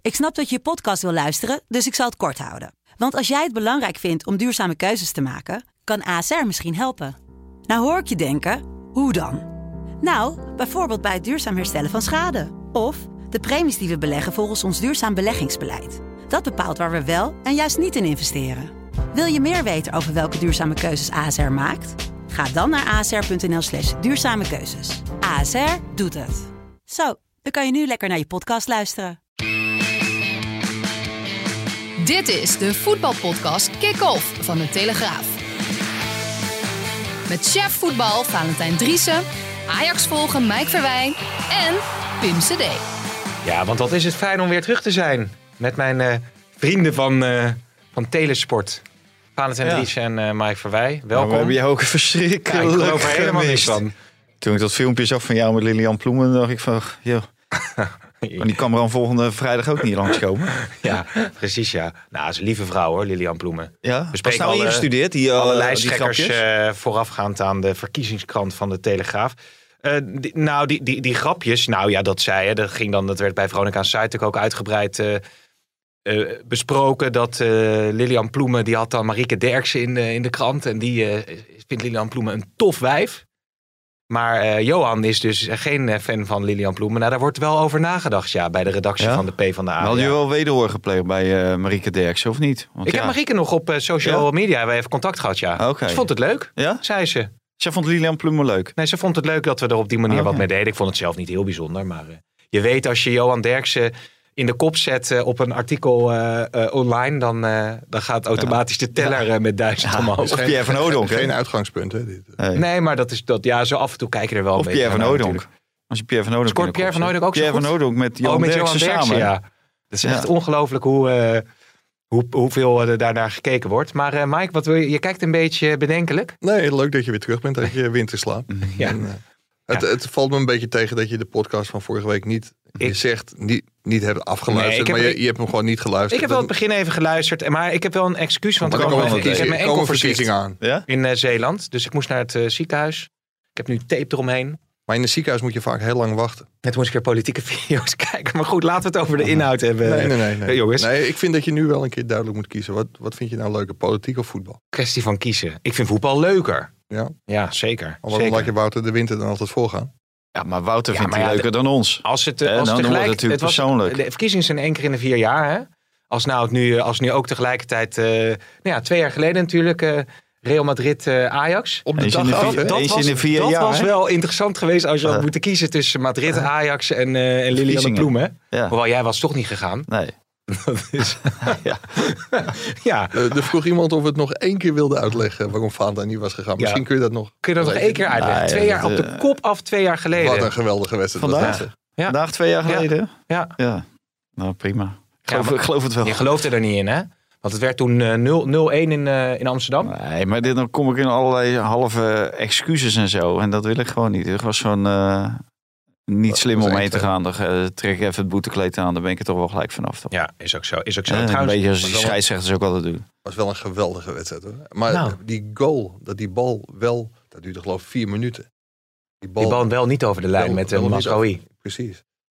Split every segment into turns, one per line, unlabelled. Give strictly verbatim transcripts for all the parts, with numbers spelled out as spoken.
Ik snap dat je je podcast wil luisteren, dus ik zal het kort houden. Want als jij het belangrijk vindt om duurzame keuzes te maken, kan A S R misschien helpen. Nou hoor ik je denken, hoe dan? Nou, bijvoorbeeld bij het duurzaam herstellen van schade. Of de premies die we beleggen volgens ons duurzaam beleggingsbeleid. Dat bepaalt waar we wel en juist niet in investeren. Wil je meer weten over welke duurzame keuzes A S R maakt? Ga dan naar asr.nl slash duurzame keuzes. A S R doet het. Zo, dan kan je nu lekker naar je podcast luisteren.
Dit is de voetbalpodcast Kick-Off van de Telegraaf. Met chef voetbal Valentijn Driessen, Ajax volgen Mike Verwij en Pim Cedee.
Ja, want wat is het fijn om weer terug te zijn met mijn uh, vrienden van, uh, van Telesport. Valentijn ja. Driessen en uh, Mike Verwij. Welkom.
Nou, we hebben je ook verschrikkelijk ja, ik
geloof er helemaal niks van.
Toen ik dat filmpje zag van jou met Lilian Ploemen, dacht ik van, joh. Maar die kan er dan volgende vrijdag ook niet langskomen.
Ja, precies ja. Nou, ze is een lieve vrouw hoor, Lilian Ploemen.
Ja, we spreken al ingestudeerd. Die, uh,
alle lijsttrekkers uh, voorafgaand aan de verkiezingskrant van de Telegraaf. Uh, die, nou, die, die, die grapjes, nou ja, dat zei je. Dat, ging dan, dat werd bij Veronica Zuid ook uitgebreid uh, uh, besproken. Dat uh, Lilian Ploemen, die had dan Marieke Derksen in de, in de krant. En die uh, vindt Lilian Ploemen een tof wijf. Maar uh, Johan is dus geen fan van Lilian Ploemen. Nou, daar wordt wel over nagedacht, ja, bij de redactie ja? van de PvdA.
Had je
ja.
wel wederhoor gepleegd bij uh, Marieke Derksen, of niet? Want
ik
ja.
heb Marieke nog op uh, social
ja?
media. Wij hebben contact gehad, ja.
Okay.
Ze vond het leuk,
ja?
zei ze.
Zij vond Lilian Ploemen leuk?
Nee, ze vond het leuk dat we er op die manier okay. wat mee deden. Ik vond het zelf niet heel bijzonder. Maar uh, je weet, als je Johan Derksen in de kop zet uh, op een artikel uh, uh, online, dan, uh, dan gaat automatisch de teller uh, met duizend ja. omhoog.
Of Pierre van Hooydonk.
Geen uitgangspunt, hè? Dit.
Nee. nee, maar dat is dat. Ja, zo af en toe kijk je er wel
of
mee.
Of Pierre van Hooydonk. Als je Pierre van Hooydonk
scoort Pierre van Hooydonk ook
Pierre
zo goed?
van Hooydonk met Johan,
oh, met
Derksen,
Johan Derksen
samen.
Ja. Dat is echt ja. ongelooflijk hoe, uh, hoe, hoeveel er daarnaar gekeken wordt. Maar uh, Mike, wat wil je? Je kijkt een beetje bedenkelijk.
Nee, leuk dat je weer terug bent uit je winterslaap.
ja.
En, uh, het, ja. het valt me een beetje tegen dat je de podcast van vorige week niet, je ik, zegt, niet, niet hebt afgeluisterd. Nee, heb, maar je, je hebt hem gewoon niet geluisterd.
Ik heb wel het begin even geluisterd. Maar ik heb wel een excuus. Want
er
komen
ik heb mijn enkel verkiezing aan.
Ja?
In uh, Zeeland. Dus ik moest naar het uh, ziekenhuis. Ik heb nu tape eromheen.
Maar in het ziekenhuis moet je vaak heel lang wachten.
Net moest ik weer politieke video's kijken. Maar goed, laten we het over de inhoud hebben.
Nee, nee, nee. nee.
Jongens.
Nee, ik vind dat je nu wel een keer duidelijk moet kiezen. Wat, wat vind je nou leuker, politiek of voetbal?
Kwestie van kiezen. Ik vind voetbal leuker.
Ja?
Ja, zeker.
Al waarom laat je Wouter de Winter dan altijd voorgaan?
Ja, maar Wouter
ja,
vindt
maar
het
ja,
leuker
de,
dan ons.
Als het, als
eh,
tegelijk,
het, het was persoonlijk.
De verkiezingen zijn één keer in de vier jaar. Hè? Als nou het nu, als nu ook tegelijkertijd, uh, nou ja, twee jaar geleden natuurlijk, uh, Real Madrid uh, Ajax.
Op de dag af.
Dat, dat, was, in de vier
dat
jaar,
was
hè?
wel interessant geweest als je had
uh,
moeten kiezen tussen Madrid, uh, Ajax en, uh, en Lilian Ploemen.
Ja.
Hoewel jij was toch niet gegaan.
Nee.
Dat is,
ja.
ja.
Uh, er vroeg iemand of het nog één keer wilde uitleggen waarom Valentijn niet was gegaan. Misschien ja. kun je dat nog.
Kun je dat nog één keer uitleggen? Nee, twee jaar dat, uh, op de kop af, twee jaar geleden.
Wat een geweldige wedstrijd.
Vandaag, ja. Vandaag twee jaar geleden?
Ja.
ja. Nou, prima. Ik geloof, ja, ik geloof het wel.
Je geloofde er niet in, hè? Want het werd toen uh, nul-één in, uh, in Amsterdam.
Nee, maar dit, dan kom ik in allerlei halve excuses en zo. En dat wil ik gewoon niet. Het was gewoon uh, niet dat slim om heen te gaan. Dan uh, trek ik even het boetekleed aan. Dan ben ik er toch wel gelijk vanaf. Toch?
Ja, is ook zo. Is ook zo.
Uh,
Trouwens,
een beetje als die scheidsrechters ook altijd doen.
Was wel een geweldige wedstrijd, hoor. Maar
nou.
die goal, dat die bal wel, dat duurde geloof ik vier minuten.
Die bal, die bal wel niet over de lijn wel, met de Masraoui.
Precies.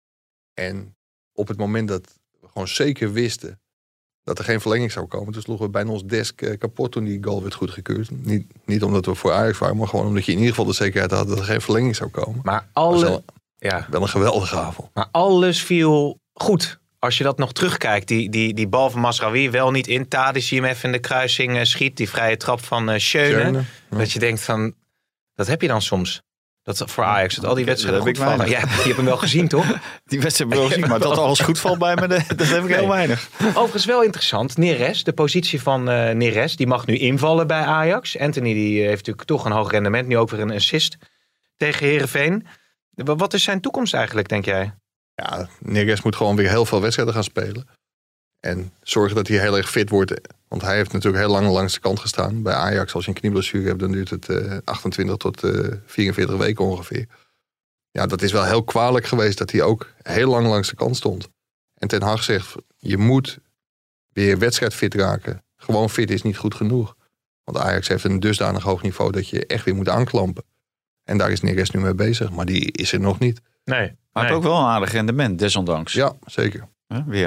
En op het moment dat we gewoon zeker wisten dat er geen verlenging zou komen, toen sloegen we bijna ons desk uh, kapot toen die goal werd goedgekeurd. Niet, niet omdat we voor Ajax waren, maar gewoon omdat je in ieder geval de zekerheid had dat er geen verlenging zou komen.
Maar alle,
wel,
ja.
wel een geweldige avond.
Maar alles viel goed. Als je dat nog terugkijkt, die, die, die bal van Masraoui wel niet in. Tadic die hem even in de kruising uh, schiet. Die vrije trap van uh, Schöne. Ja. Dat je denkt van, dat heb je dan soms. Dat voor Ajax, dat al die wedstrijden goed vallen. Ja, je hebt hem wel gezien, toch?
Die wedstrijd heb ik wel gezien, maar dat alles goed valt bij me, dat heb ik nee. heel weinig.
Overigens wel interessant, Neres, de positie van uh, Neres, die mag nu invallen bij Ajax. Anthony die heeft natuurlijk toch een hoog rendement, nu ook weer een assist tegen Heerenveen. Wat is zijn toekomst eigenlijk, denk jij?
Ja, Neres moet gewoon weer heel veel wedstrijden gaan spelen. En zorgen dat hij heel erg fit wordt. Want hij heeft natuurlijk heel lang langs de kant gestaan. Bij Ajax, als je een knieblessure hebt, dan duurt het uh, achtentwintig tot uh, vierenveertig weken ongeveer. Ja, dat is wel heel kwalijk geweest dat hij ook heel lang langs de kant stond. En Ten Hag zegt, je moet weer wedstrijdfit raken. Gewoon fit is niet goed genoeg. Want Ajax heeft een dusdanig hoog niveau dat je echt weer moet aanklampen. En daar is Neres nu mee bezig, maar die is er nog niet.
Nee.
Maar
nee.
ook wel een aardig rendement, desondanks.
Ja, zeker.
Ja, weer.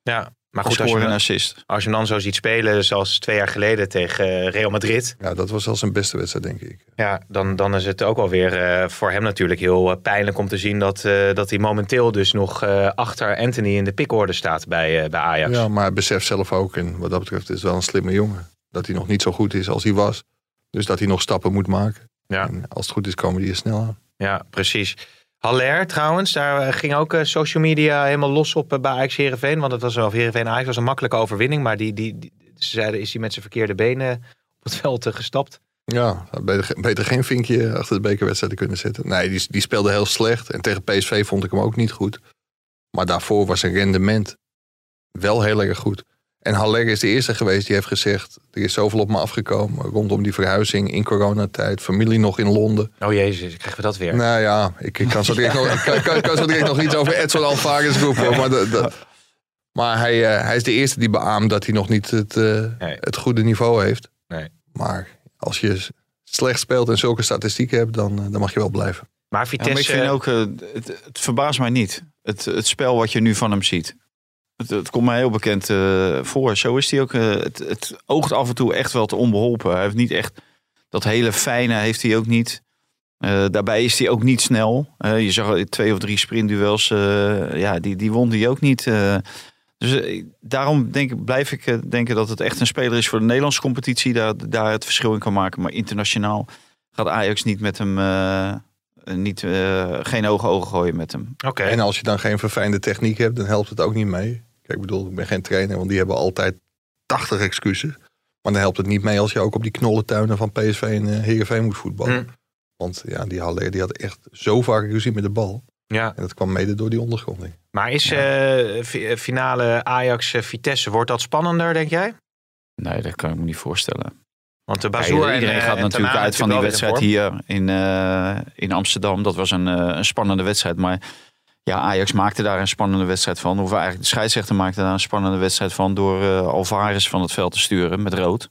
Ja, maar goed, als
Scoren
je,
en
hem,
assist.
als je hem dan zo ziet spelen, zoals twee jaar geleden tegen Real Madrid.
Ja, dat was wel zijn beste wedstrijd, denk ik.
Ja, dan, dan is het ook alweer uh, voor hem natuurlijk heel uh, pijnlijk om te zien dat, uh, dat hij momenteel dus nog uh, achter Anthony in de pickorde staat bij, uh, bij Ajax.
Ja, maar hij beseft zelf ook, en wat dat betreft is het wel een slimme jongen, dat hij nog niet zo goed is als hij was. Dus dat hij nog stappen moet maken.
Ja.
En als het goed is, komen die er snel aan.
Ja, precies. Haller trouwens, daar ging ook uh, social media helemaal los op uh, bij Ajax Heerenveen. Want het was wel Heerenveen Ajax was een makkelijke overwinning. Maar die, die, die, ze zeiden, is hij met zijn verkeerde benen op het veld uh, gestapt?
Ja, beter, beter geen vinkje achter de bekerwedstrijden kunnen zetten. Nee, die, die speelde heel slecht. En tegen P S V vond ik hem ook niet goed. Maar daarvoor was zijn rendement wel heel erg goed. En Haller is de eerste geweest die heeft gezegd, er is zoveel op me afgekomen rondom die verhuizing in coronatijd. Familie nog in Londen.
Oh jezus, krijgen we dat weer?
Nou ja, ik, ik kan zo direct nog, kan, kan, kan zo direct nog iets over Edson Alvarez roepen. Maar, de, de, maar hij, uh, hij is de eerste die beaamt dat hij nog niet het, uh, nee. het goede niveau heeft.
Nee.
Maar als je slecht speelt en zulke statistieken hebt, dan, uh, dan mag je wel blijven.
Maar Vitesse...
Ja, maar ik vind ook, uh, het, het verbaast mij niet. Het, het spel wat je nu van hem ziet. Het, het komt mij heel bekend uh, voor. Zo is hij ook. Uh, het, het oogt af en toe echt wel te onbeholpen. Hij heeft niet echt dat hele fijne heeft hij ook niet. Uh, daarbij is hij ook niet snel. Uh, je zag twee of drie sprintduels. Uh, ja, die, die won hij ook niet. Uh, dus uh, daarom denk ik, blijf ik uh, denken dat het echt een speler is voor de Nederlandse competitie. Daar, daar het verschil in kan maken. Maar internationaal gaat Ajax niet met hem... Uh, niet, uh, geen ogen ogen gooien met hem.
Okay.
En als je dan geen verfijnde techniek hebt, dan helpt het ook niet mee. Kijk, ik bedoel, ik ben geen trainer, want die hebben altijd tachtig excuses. Maar dan helpt het niet mee als je ook op die knollentuinen van P S V en uh, Heerenveen moet voetballen. Hmm. Want ja, die Haller die had echt zo vaak ruzie met de bal.
Ja.
En dat kwam mede door die ondergronding.
Maar is ja. uh, finale Ajax-Vitesse, wordt dat spannender, denk jij?
Nee, dat kan ik me niet voorstellen.
Want de Bazoer
ja, iedereen
en,
gaat
en
natuurlijk
Tanane
uit van die wedstrijd
in
hier in, uh, in Amsterdam. Dat was een, uh, een spannende wedstrijd. Maar ja, Ajax maakte daar een spannende wedstrijd van. Of eigenlijk de scheidsrechter maakte daar een spannende wedstrijd van door uh, Alvarez van het veld te sturen met rood.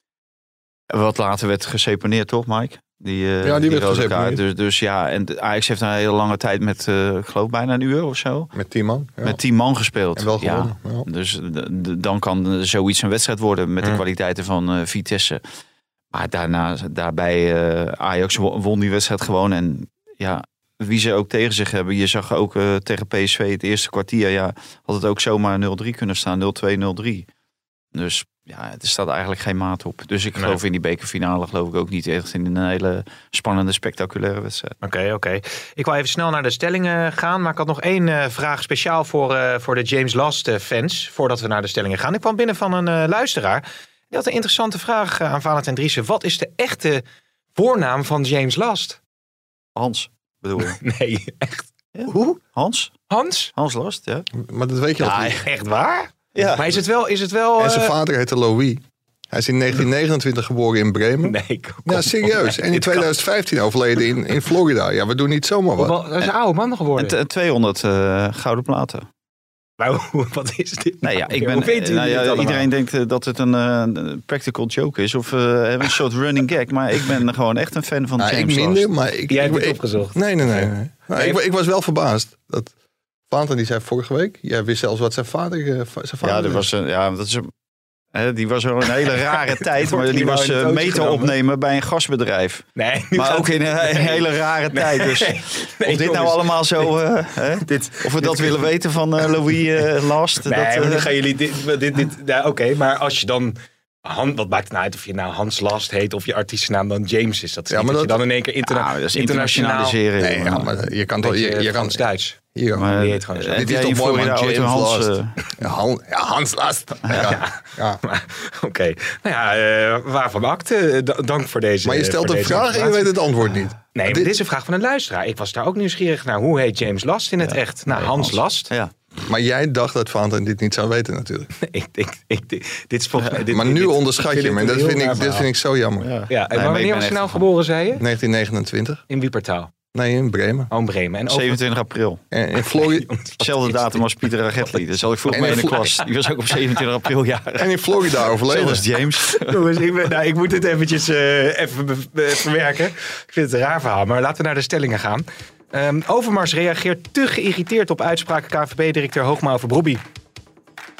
Wat later werd geseponeerd, toch, Mike? Die, uh,
ja, die, die werd
geseponeerd. Dus, dus ja, en Ajax heeft een hele lange tijd met, uh, ik geloof bijna een uur of zo.
Met tien man. Ja.
Met tien man gespeeld.
En wel gewonnen.
Ja.
Ja.
Dus de, de, dan kan zoiets een wedstrijd worden met de hmm. kwaliteiten van uh, Vitesse. Maar daarna, daarbij uh, Ajax won die wedstrijd gewoon. En ja, wie ze ook tegen zich hebben. Je zag ook uh, tegen P S V het eerste kwartier. Ja, had het ook zomaar nul drie kunnen staan. nul twee, nul drie. Dus ja, er staat eigenlijk geen maat op. Dus ik geloof nee. in die bekerfinale geloof ik ook niet echt in een hele spannende, spectaculaire wedstrijd.
Oké, okay, oké. Okay. Ik wil even snel naar de stellingen gaan. Maar ik had nog één uh, vraag speciaal voor, uh, voor de James Last uh, fans. Voordat we naar de stellingen gaan. Ik kwam binnen van een uh, luisteraar. Die had een interessante vraag uh, aan Valentijn Driessen. Wat is de echte voornaam van James Last?
Hans, bedoel je?
Nee, echt.
Ja. Hoe? Hans?
Hans?
Hans Last, ja.
Maar dat weet je
ja,
al niet.
Echt waar?
Ja.
Maar is het wel... Is het wel uh...
En zijn vader heette Louis. Hij is in negentien negenentwintig geboren in Bremen.
Nee, kom,
ja, serieus. En in twintig vijftien overleden in, in Florida. Ja, we doen niet zomaar wat.
Dat is een oude man geworden.
En tweehonderd uh, gouden platen.
Maar wat is dit?
Nou ja, ik ben, nou ja, iedereen denkt uh, dat het een uh, practical joke is. Of uh, een soort running gag. Maar ik ben gewoon echt een fan van
nou,
James
ik minder,
Last.
maar ik,
Jij
ik,
hebt het
ik,
opgezocht.
Nee, nee, nee. nee. Nou, ik, ik was wel verbaasd. Dat Vaanten die zei vorige week. Jij wist zelfs wat zijn vader, uh, zijn vader
ja, dat was, uh, ja, dat is een... He, die was wel een hele rare tijd, maar die was uh, meter opnemen bij een gasbedrijf.
Nee,
maar
gaat...
ook in een, een hele rare nee, tijd. Dus nee, nee, of dit nou allemaal zo, uh, hè? Dit, of we dit, dat dit, willen weten van uh, Louis uh, Last.
Nee,
dat, uh,
maar nu gaan jullie dit, dit, dit ja, oké, okay, maar als je dan... Han, wat maakt het nou uit of je nou Hans Last heet of je artiestennaam dan James is? Dat is ja, niet maar dat, dat je dan in één keer interna-
ja, dat is internationaliseren.
Nee, ja, maar je kan toch... Je, je kan
Duits.
Hier,
maar die heet gewoon zo.
Dit is toch mooi, man. James Last. Uh, ja, Han, ja, Hans Last. Ja, ja. ja.
Oké. Okay. Nou ja, uh, waarvan akte. D- dank voor deze.
Maar je stelt een vraag en je weet het antwoord niet.
Nee, maar dit is een vraag van een luisteraar. Ik was daar ook nieuwsgierig naar. Hoe heet James Last in het ja. echt? Nou, nee, Hans, Hans Last.
Ja.
Maar jij dacht dat Vaanten dit niet zou weten natuurlijk.
ik, ik, ik, dit is volgens mij... Dit,
maar nu
dit,
onderschat je hem en dat vind, ik, dit vind ik zo jammer.
Ja. Ja. En nee, wanneer was je nou geboren, zei je?
negentien negenentwintig.
In Wiepertaal?
Nee, in Bremen.
Oh, in Bremen. En
zevenentwintig april.
En in Florida...
Hetzelfde datum als Pieter Ragetli. Dus al ik vroeg mee in de klas. Die was ook op zevenentwintig april jaar.
En in Florida overleden.
Zoals James.
Jongens, ik, ben, nou, ik moet dit eventjes uh, even be- be- verwerken. Ik vind het een raar verhaal. Maar laten we naar de stellingen gaan. Um, Overmars reageert te geïrriteerd op uitspraken K N V B-directeur Hoogma over Brobbey.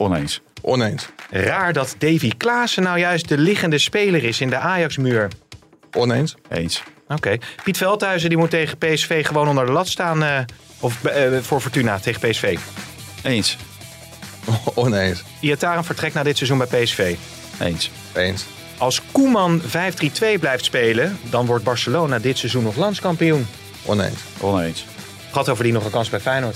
Oneens.
Oneens.
Raar dat Davy Klaassen nou juist de liggende speler is in de Ajax-muur.
Oneens.
Eens.
Oké. Okay. Piet Veldhuizen die moet tegen P S V gewoon onder de lat staan. Uh, of uh, voor Fortuna tegen P S V.
Eens.
Oneens.
Iataren vertrekt na dit seizoen bij P S V.
Eens.
Eens.
Als Koeman vijf drie twee blijft spelen, dan wordt Barcelona dit seizoen nog landskampioen.
Oneens.
Oneens.
Gaat over die nog een kans bij Feyenoord?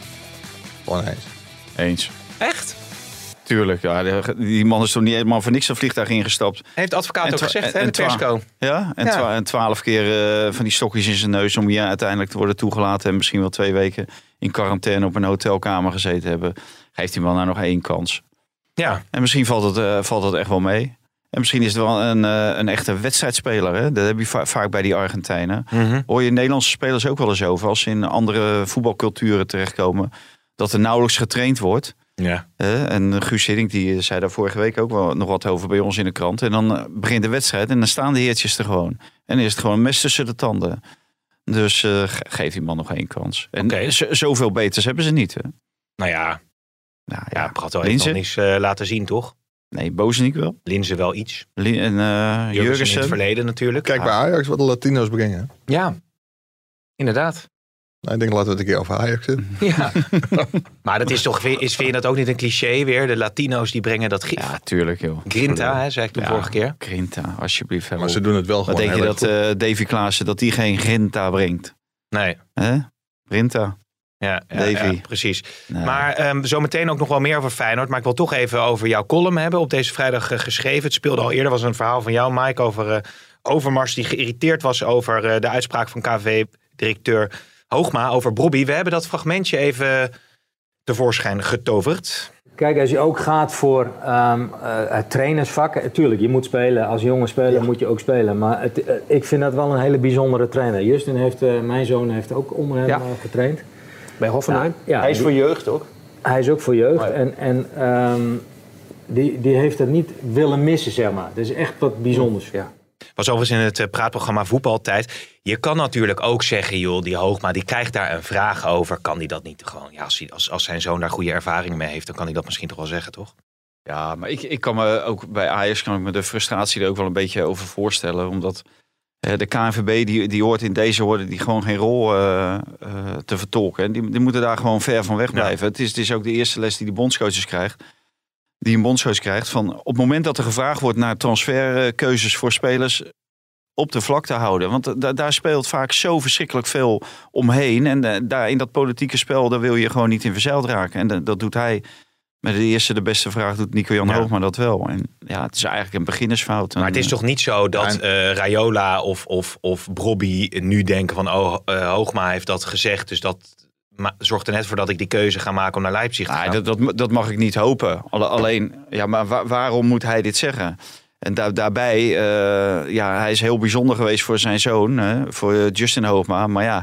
Oneens.
Eens.
Echt?
Tuurlijk, ja. Die man is toch niet helemaal voor niks een vliegtuig ingestapt.
Heeft de advocaat
En
ook
twa-
gezegd,
en-
hè,
en
de persco.
Ja, en,
Ja.
twa- en twaalf keer uh, van die stokjes in zijn neus om hier uiteindelijk te worden toegelaten. En misschien wel twee weken in quarantaine op een hotelkamer gezeten hebben. Geeft hij wel nou nog één kans.
Ja.
En misschien valt het, uh, valt het echt wel mee. En misschien is het wel een, uh, een echte wedstrijdspeler. Hè? Dat heb je va- vaak bij die Argentijnen.
Mm-hmm.
Hoor je Nederlandse spelers ook wel eens over. Als ze in andere voetbalculturen terechtkomen. Dat er nauwelijks getraind wordt.
Ja.
Uh, en Guus Hiddink die zei daar vorige week ook wel nog wat over bij ons in de krant. En dan uh, begint de wedstrijd en dan staan de heertjes er gewoon. En dan is het gewoon een mes tussen de tanden. Dus uh, ge- geef die man nog één kans. En
Oké.
z- zoveel beters hebben ze niet. Hè?
Nou ja,
Nou,
ja,
ja.
Prato heeft nog
Linzen?
niets uh, laten zien, toch?
Nee, Bozeniek wel.
Linzen wel iets.
Li- en uh,
Jurgensen in het
Jurgensen.
verleden natuurlijk.
Kijk bij Ajax wat de Latino's brengen.
Ja, inderdaad.
Nou, ik denk laten we het een keer over Ajax hebben.
Ja. Maar dat is toch, is, vind je dat ook niet een cliché weer? De Latino's die brengen dat gif.
Ja, tuurlijk joh.
Grinta, hè, zei ik toen
Ja,
vorige keer.
Grinta, alsjeblieft.
Maar ze doen het wel
Wat
gewoon
denk je
heel
dat
erg goed.
uh, Davy Klaassen dat die geen Grinta brengt?
Nee,
Hè? Grinta.
ja, ja,
Davy.
ja, precies.
Nee.
Maar um, zometeen ook nog wel meer over Feyenoord. Maar ik wil toch even over jouw column hebben. Op deze vrijdag uh, geschreven. Het speelde al eerder. Was een verhaal van jou, Mike, over uh, Overmars. Die geïrriteerd was over uh, de uitspraak van K V V-directeur Hoogma over Brobby. We hebben dat fragmentje even tevoorschijn getoverd.
Kijk, als je ook gaat voor um, uh, het trainersvak. Tuurlijk, je moet spelen. Als jonge speler moet je ook spelen. Maar het, uh, ik vind dat wel een hele bijzondere trainer. Justin heeft, uh, mijn zoon heeft ook onder hem
Ja.
uh, getraind.
Bij Hoffenheim?
Ja, ja,
Hij is
die-
voor jeugd ook.
Hij is ook voor jeugd.
Oh ja.
En, en um, die, die heeft dat niet willen missen, zeg maar. Dat is echt wat bijzonders.
Ja.
Was overigens in het uh, praatprogramma Voetbaltijd. Je kan natuurlijk ook zeggen, joh, die Hoogma die krijgt daar een vraag over. Kan die dat niet gewoon? Ja, als, hij, als, als zijn zoon daar goede ervaringen mee heeft, dan kan hij dat misschien toch wel zeggen, toch?
Ja, maar ik, ik kan me ook bij Ajax kan ik me de frustratie er ook wel een beetje over voorstellen. Omdat eh, de K N V B die, die hoort in deze woorden die gewoon geen rol uh, uh, te vertolken. En die, die moeten daar gewoon ver van weg blijven. Ja. Het, is, het is ook de eerste les die de bondscoaches krijgt. Die een bondscoach krijgt. Van op het moment dat er gevraagd wordt naar transferkeuzes voor spelers op de vlakte houden. Want da- daar speelt vaak zo verschrikkelijk veel omheen. En uh, daar in dat politieke spel, daar wil je gewoon niet in verzeild raken. En uh, dat doet hij. Met de eerste, de beste vraag doet Nico-Jan
Ja.
Hoogma dat wel. En ja, het is eigenlijk een beginnersfout.
Maar het is toch niet zo dat uh, Raiola of, of, of Brobby nu denken van... oh, uh, Hoogma heeft dat gezegd, dus dat ma- zorgt er net voor dat ik die keuze ga maken om naar Leipzig te gaan.
Nou, dat, dat, dat mag ik niet hopen. Alle- Alleen, ja, maar wa- waarom moet hij dit zeggen? En daar, daarbij, uh, ja, hij is heel bijzonder geweest voor zijn zoon, hè, voor uh, Justin Hoogma. Maar ja,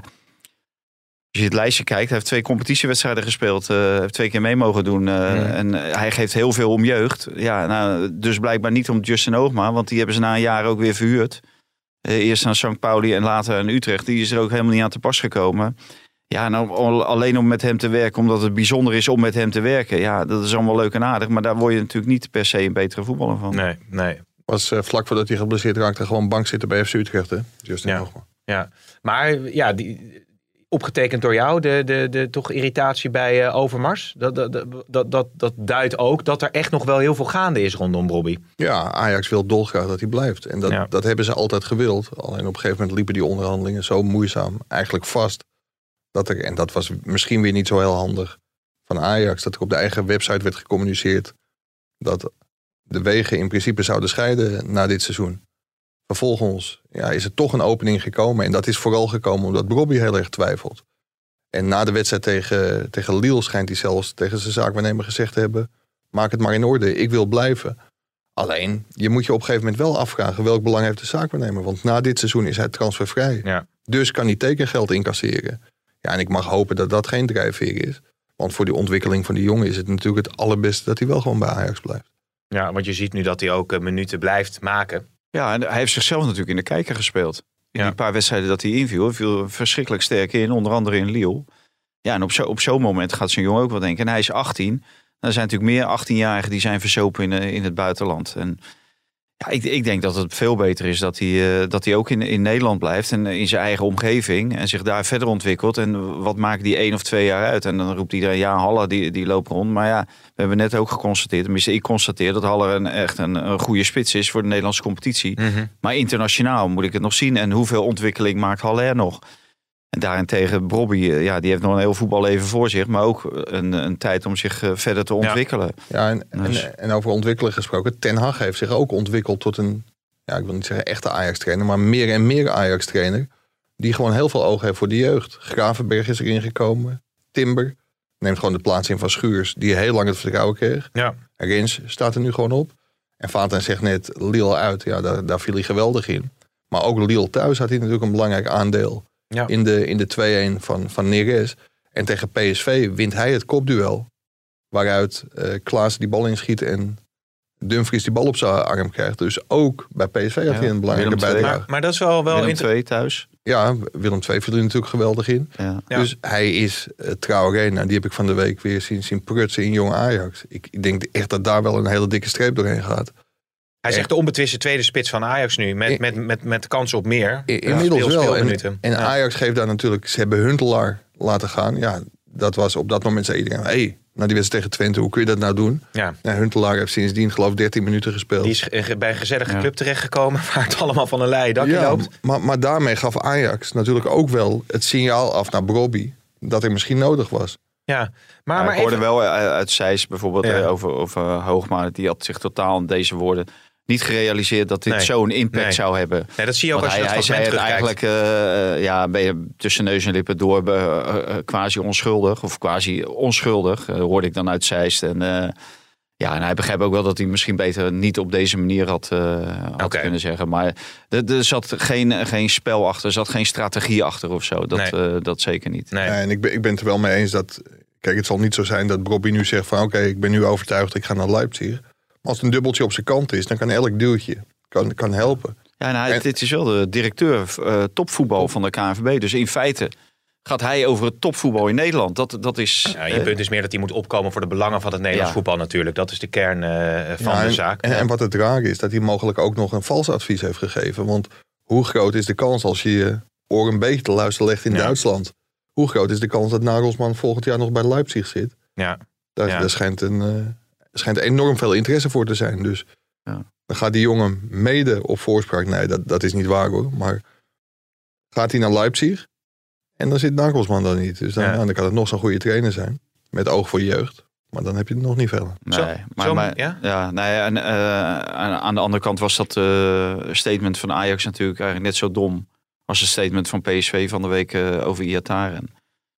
als je het lijstje kijkt, hij heeft twee competitiewedstrijden gespeeld. Uh, heeft twee keer mee mogen doen. Uh,
Mm.
En uh, hij geeft heel veel om jeugd. Ja, nou, dus blijkbaar niet om Justin Hoogma, want die hebben ze na een jaar ook weer verhuurd. Uh, eerst aan Sankt Pauli en later aan Utrecht. Die is er ook helemaal niet aan te pas gekomen. Ja, nou, alleen om met hem te werken, omdat het bijzonder is om met hem te werken. Ja, dat is allemaal leuk en aardig. Maar daar word je natuurlijk niet per se een betere voetballer van.
Nee, nee.
Was uh, vlak voordat hij geblesseerd raakte gewoon bank zitten bij F C Utrecht, hè? Justin
Ja.
Hoogma.
Ja, maar ja, die, opgetekend door jou, de, de, de toch irritatie bij uh, Overmars. Dat, dat, dat, dat, dat duidt ook dat er echt nog wel heel veel gaande is rondom Brobby.
Ja, Ajax wil dolgraag dat hij blijft. En dat,
Ja.
dat hebben ze altijd gewild. Alleen op een gegeven moment liepen die onderhandelingen zo moeizaam, eigenlijk vast. Dat er, en dat was misschien weer niet zo heel handig van Ajax, dat er op de eigen website werd gecommuniceerd dat de wegen in principe zouden scheiden na dit seizoen. Vervolgens ja, is er toch een opening gekomen. En dat is vooral gekomen omdat Brobby heel erg twijfelt. En na de wedstrijd tegen, tegen Lille schijnt hij zelfs tegen zijn zaakwaarnemer gezegd te hebben: maak het maar in orde, ik wil blijven. Alleen, je moet je op een gegeven moment wel afvragen welk belang heeft de zaakwaarnemer. Want na dit seizoen is hij transfervrij.
Ja.
Dus kan hij tekengeld incasseren. Ja, en ik mag hopen dat dat geen drijfveer is. Want voor die ontwikkeling van die jongen is het natuurlijk het allerbeste dat hij wel gewoon bij Ajax blijft.
Ja, want je ziet nu dat hij ook uh, minuten blijft maken.
Ja, en hij heeft zichzelf natuurlijk in de kijker gespeeld. In
Ja.
die paar wedstrijden dat hij inviel, hij viel verschrikkelijk sterk in. Onder andere in Lille. Ja, en op, zo, op zo'n moment gaat zo'n jongen ook wel denken. En hij is achttien. er zijn natuurlijk meer achttienjarigen die zijn verzopen in, in het buitenland. En ja, ik, ik denk dat het veel beter is dat hij, uh, dat hij ook in, in Nederland blijft en in zijn eigen omgeving en zich daar verder ontwikkelt. En wat maakt die één of twee jaar uit? En dan roept iedereen, ja, Haller die, die loopt rond. Maar ja, we hebben net ook geconstateerd, tenminste ik constateer dat Haller een, echt een, een goede spits is voor de Nederlandse competitie.
Mm-hmm.
Maar internationaal moet ik het nog zien. En hoeveel ontwikkeling maakt Haller nog? En daarentegen, Brobby, ja, die heeft nog een heel voetballeven voor zich. Maar ook een, een tijd om zich uh, verder te ontwikkelen.
Ja, en,
Dus-
en, en over ontwikkelen gesproken. Ten Hag heeft zich ook ontwikkeld tot een, ja, ik wil niet zeggen echte Ajax-trainer, maar meer en meer Ajax-trainer. Die gewoon heel veel oog heeft voor de jeugd. Gravenberg is erin gekomen. Timber neemt gewoon de plaats in van Schuurs, die heel lang het vertrouwen kreeg.
Ja.
Rins staat er nu gewoon op. En Vaten zegt net Lille uit. Ja, daar, daar viel hij geweldig in. Maar ook Lille thuis had hij natuurlijk een belangrijk aandeel.
Ja.
In de, in de twee-een van, van Neres. En tegen P S V wint hij het kopduel. Waaruit uh, Klaas die bal inschiet en Dumfries die bal op zijn arm krijgt. Dus ook bij P S V had
Ja,
hij een belangrijke
Willem twee.
bijdrage.
Maar, maar dat is wel, wel
Willem
inter-
twee thuis.
Ja, Willem twee viel er natuurlijk geweldig in.
Ja.
Ja.
Dus hij is uh, Traoré. Nou, die heb ik van de week weer zien, zien prutsen in jong Ajax. Ik, ik denk echt dat daar wel een hele dikke streep doorheen gaat.
Hij zegt de onbetwiste tweede spits van Ajax nu. Met, met, met, met de kans op meer.
I- inmiddels
Speel-
wel. En,
speelminuten.
en
Ja.
Ajax geeft daar natuurlijk... Ze hebben Huntelaar laten gaan. Ja, dat was op dat moment zei iedereen... Hé, hey, na die wedstrijd tegen Twente, hoe kun je dat nou doen?
Ja.
Ja, Huntelaar heeft sindsdien geloof ik dertien minuten gespeeld.
Die is ge- bij een gezellige
Ja.
club terechtgekomen. Waar het allemaal van een leien dakje
ja,
loopt.
maar, maar daarmee gaf Ajax natuurlijk ook wel het signaal af naar Brobby... dat er misschien nodig was.
Ja. Maar,
Ja,
maar
ik hoorde
even,
wel uit, uit Sijs bijvoorbeeld
Ja.
eh, over, over Hoogma. Die had zich totaal in deze woorden niet gerealiseerd dat dit
Nee.
zo'n impact
Nee.
zou hebben.
nee, dat zie je ook
Want
als je
hij,
dat
hij zei
fragment
het
terugkijkt.
eigenlijk, uh, ja, ben je tussen neus en lippen door uh, uh, quasi onschuldig. Of quasi onschuldig, uh, hoorde ik dan uit Zeist. En, uh, ja, en hij begreep ook wel dat hij misschien beter niet op deze manier had, uh, had
Oké.
kunnen zeggen. Maar er, er zat geen, geen spel achter, er zat geen strategie achter of zo. Dat,
Nee.
uh, dat zeker niet.
Nee.
Ja, en ik ben, ik ben het er wel mee eens dat... Kijk, het zal niet zo zijn dat Brobby nu zegt van... oké, ik ben nu overtuigd, ik ga naar Leipzig. Maar als het een dubbeltje op zijn kant is... dan kan elk duwtje kan, kan helpen.
Ja, en hij,
En-
dit is wel de directeur uh, topvoetbal van de K N V B. Dus in feite gaat hij over het topvoetbal in Nederland. Dat, dat is...
Ja, je
uh,
punt is meer dat hij moet opkomen voor de belangen van het Nederlands
Ja.
voetbal natuurlijk. Dat is de kern uh, van
Ja,
de
en,
zaak.
En,
Ja.
en wat het raar is, dat hij mogelijk ook nog een vals advies heeft gegeven. Want hoe groot is de kans als je je oor een beetje te luisteren legt in
Ja.
Duitsland? Hoe groot is de kans dat Nagelsman volgend jaar nog bij Leipzig zit?
Ja.
Daar,
Ja.
daar schijnt, een, uh, schijnt enorm veel interesse voor te zijn. Dus
Ja.
dan gaat die jongen mede op voorspraak. Nee, dat, dat is niet waar hoor. Maar gaat hij naar Leipzig en dan zit Nagelsman dan niet. Dus dan,
Ja.
nou, dan kan het nog zo'n goede trainer zijn. Met oog voor jeugd. Maar dan heb je het nog niet verder.
Nee,
Zo-
maar,
zo-
maar
ja?
ja, nee, en, uh, aan, aan de andere kant was dat uh, statement van Ajax natuurlijk eigenlijk net zo dom als het statement van P S V van de week uh, over Iataren.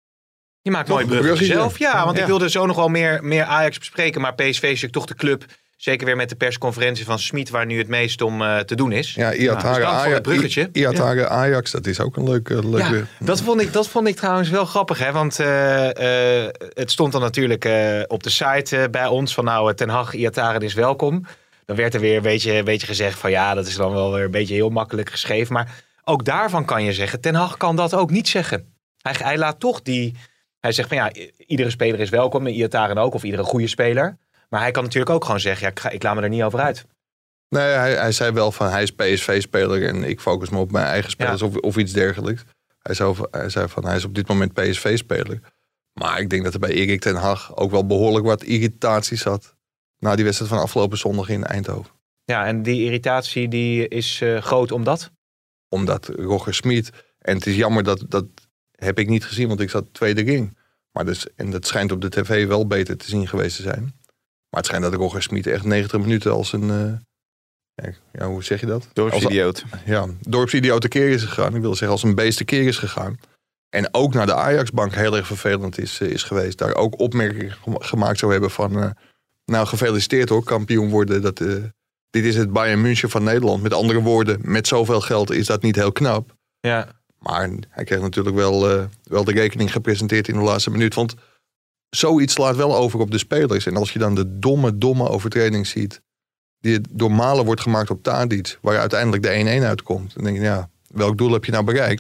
Je maakt
Nog
mooi
een
bruggetje
bruggetje.
zelf. Ja, want
Ja.
ik wilde zo nog wel meer, meer Ajax bespreken. Maar P S V is natuurlijk toch de club. Zeker weer met de persconferentie van Smit, waar nu het meest om uh, te doen is.
Ja, Iatare
dus dank voor
Ajax,
het bruggetje.
I- Iatare Ajax, dat is ook een leuke... leuke
Ja, dat vond, ik, dat vond ik trouwens wel grappig. Hè? Want uh, uh, het stond dan natuurlijk uh, op de site uh, bij ons van nou, Ten Hag, Iataren is welkom. Dan werd er weer een beetje, een beetje gezegd van ja, dat is dan wel weer een beetje heel makkelijk geschreven. Maar ook daarvan kan je zeggen, Ten Hag kan dat ook niet zeggen. Hij, hij laat toch die... Hij zegt van ja, iedere speler is welkom, Iataren ook, of iedere goede speler. Maar hij kan natuurlijk ook gewoon zeggen, ja, ik, ga, ik laat me er niet over uit.
Nee, hij, hij zei wel van hij is P S V-speler en ik focus me op mijn eigen spelers
Ja.
of, of iets dergelijks. Hij zei, hij zei van hij is op dit moment P S V-speler. Maar ik denk dat er bij Erik ten Hag ook wel behoorlijk wat irritatie zat. Na die wedstrijd van afgelopen zondag in Eindhoven.
Ja, en die irritatie die is uh, groot omdat?
Omdat Roger Smit, en het is jammer dat, dat heb ik niet gezien, want ik zat tweede ring. Maar dus, en dat schijnt op de tv wel beter te zien geweest te zijn. Maar het schijnt dat Roger Smit echt negentig minuten als een... Uh, ja, hoe zeg je dat?
Dorpsidioot.
Ja, dorpsidioot tekeer is gegaan. Ik wil zeggen als een beest tekeer is gegaan. En ook naar de Ajax-bank heel erg vervelend is, uh, is geweest. Daar ook opmerkingen gemaakt zou hebben van... Uh, nou, gefeliciteerd hoor, kampioen worden. Dat, uh, dit is het Bayern München van Nederland. Met andere woorden, met zoveel geld is dat niet heel knap.
Ja.
Maar hij kreeg natuurlijk wel, uh, wel de rekening gepresenteerd in de laatste minuut. Want zoiets slaat wel over op de spelers. En als je dan de domme, domme overtreding ziet... die door Malen wordt gemaakt op Tadic... waar uiteindelijk de één-één uitkomt... dan denk je, ja, welk doel heb je nou bereikt?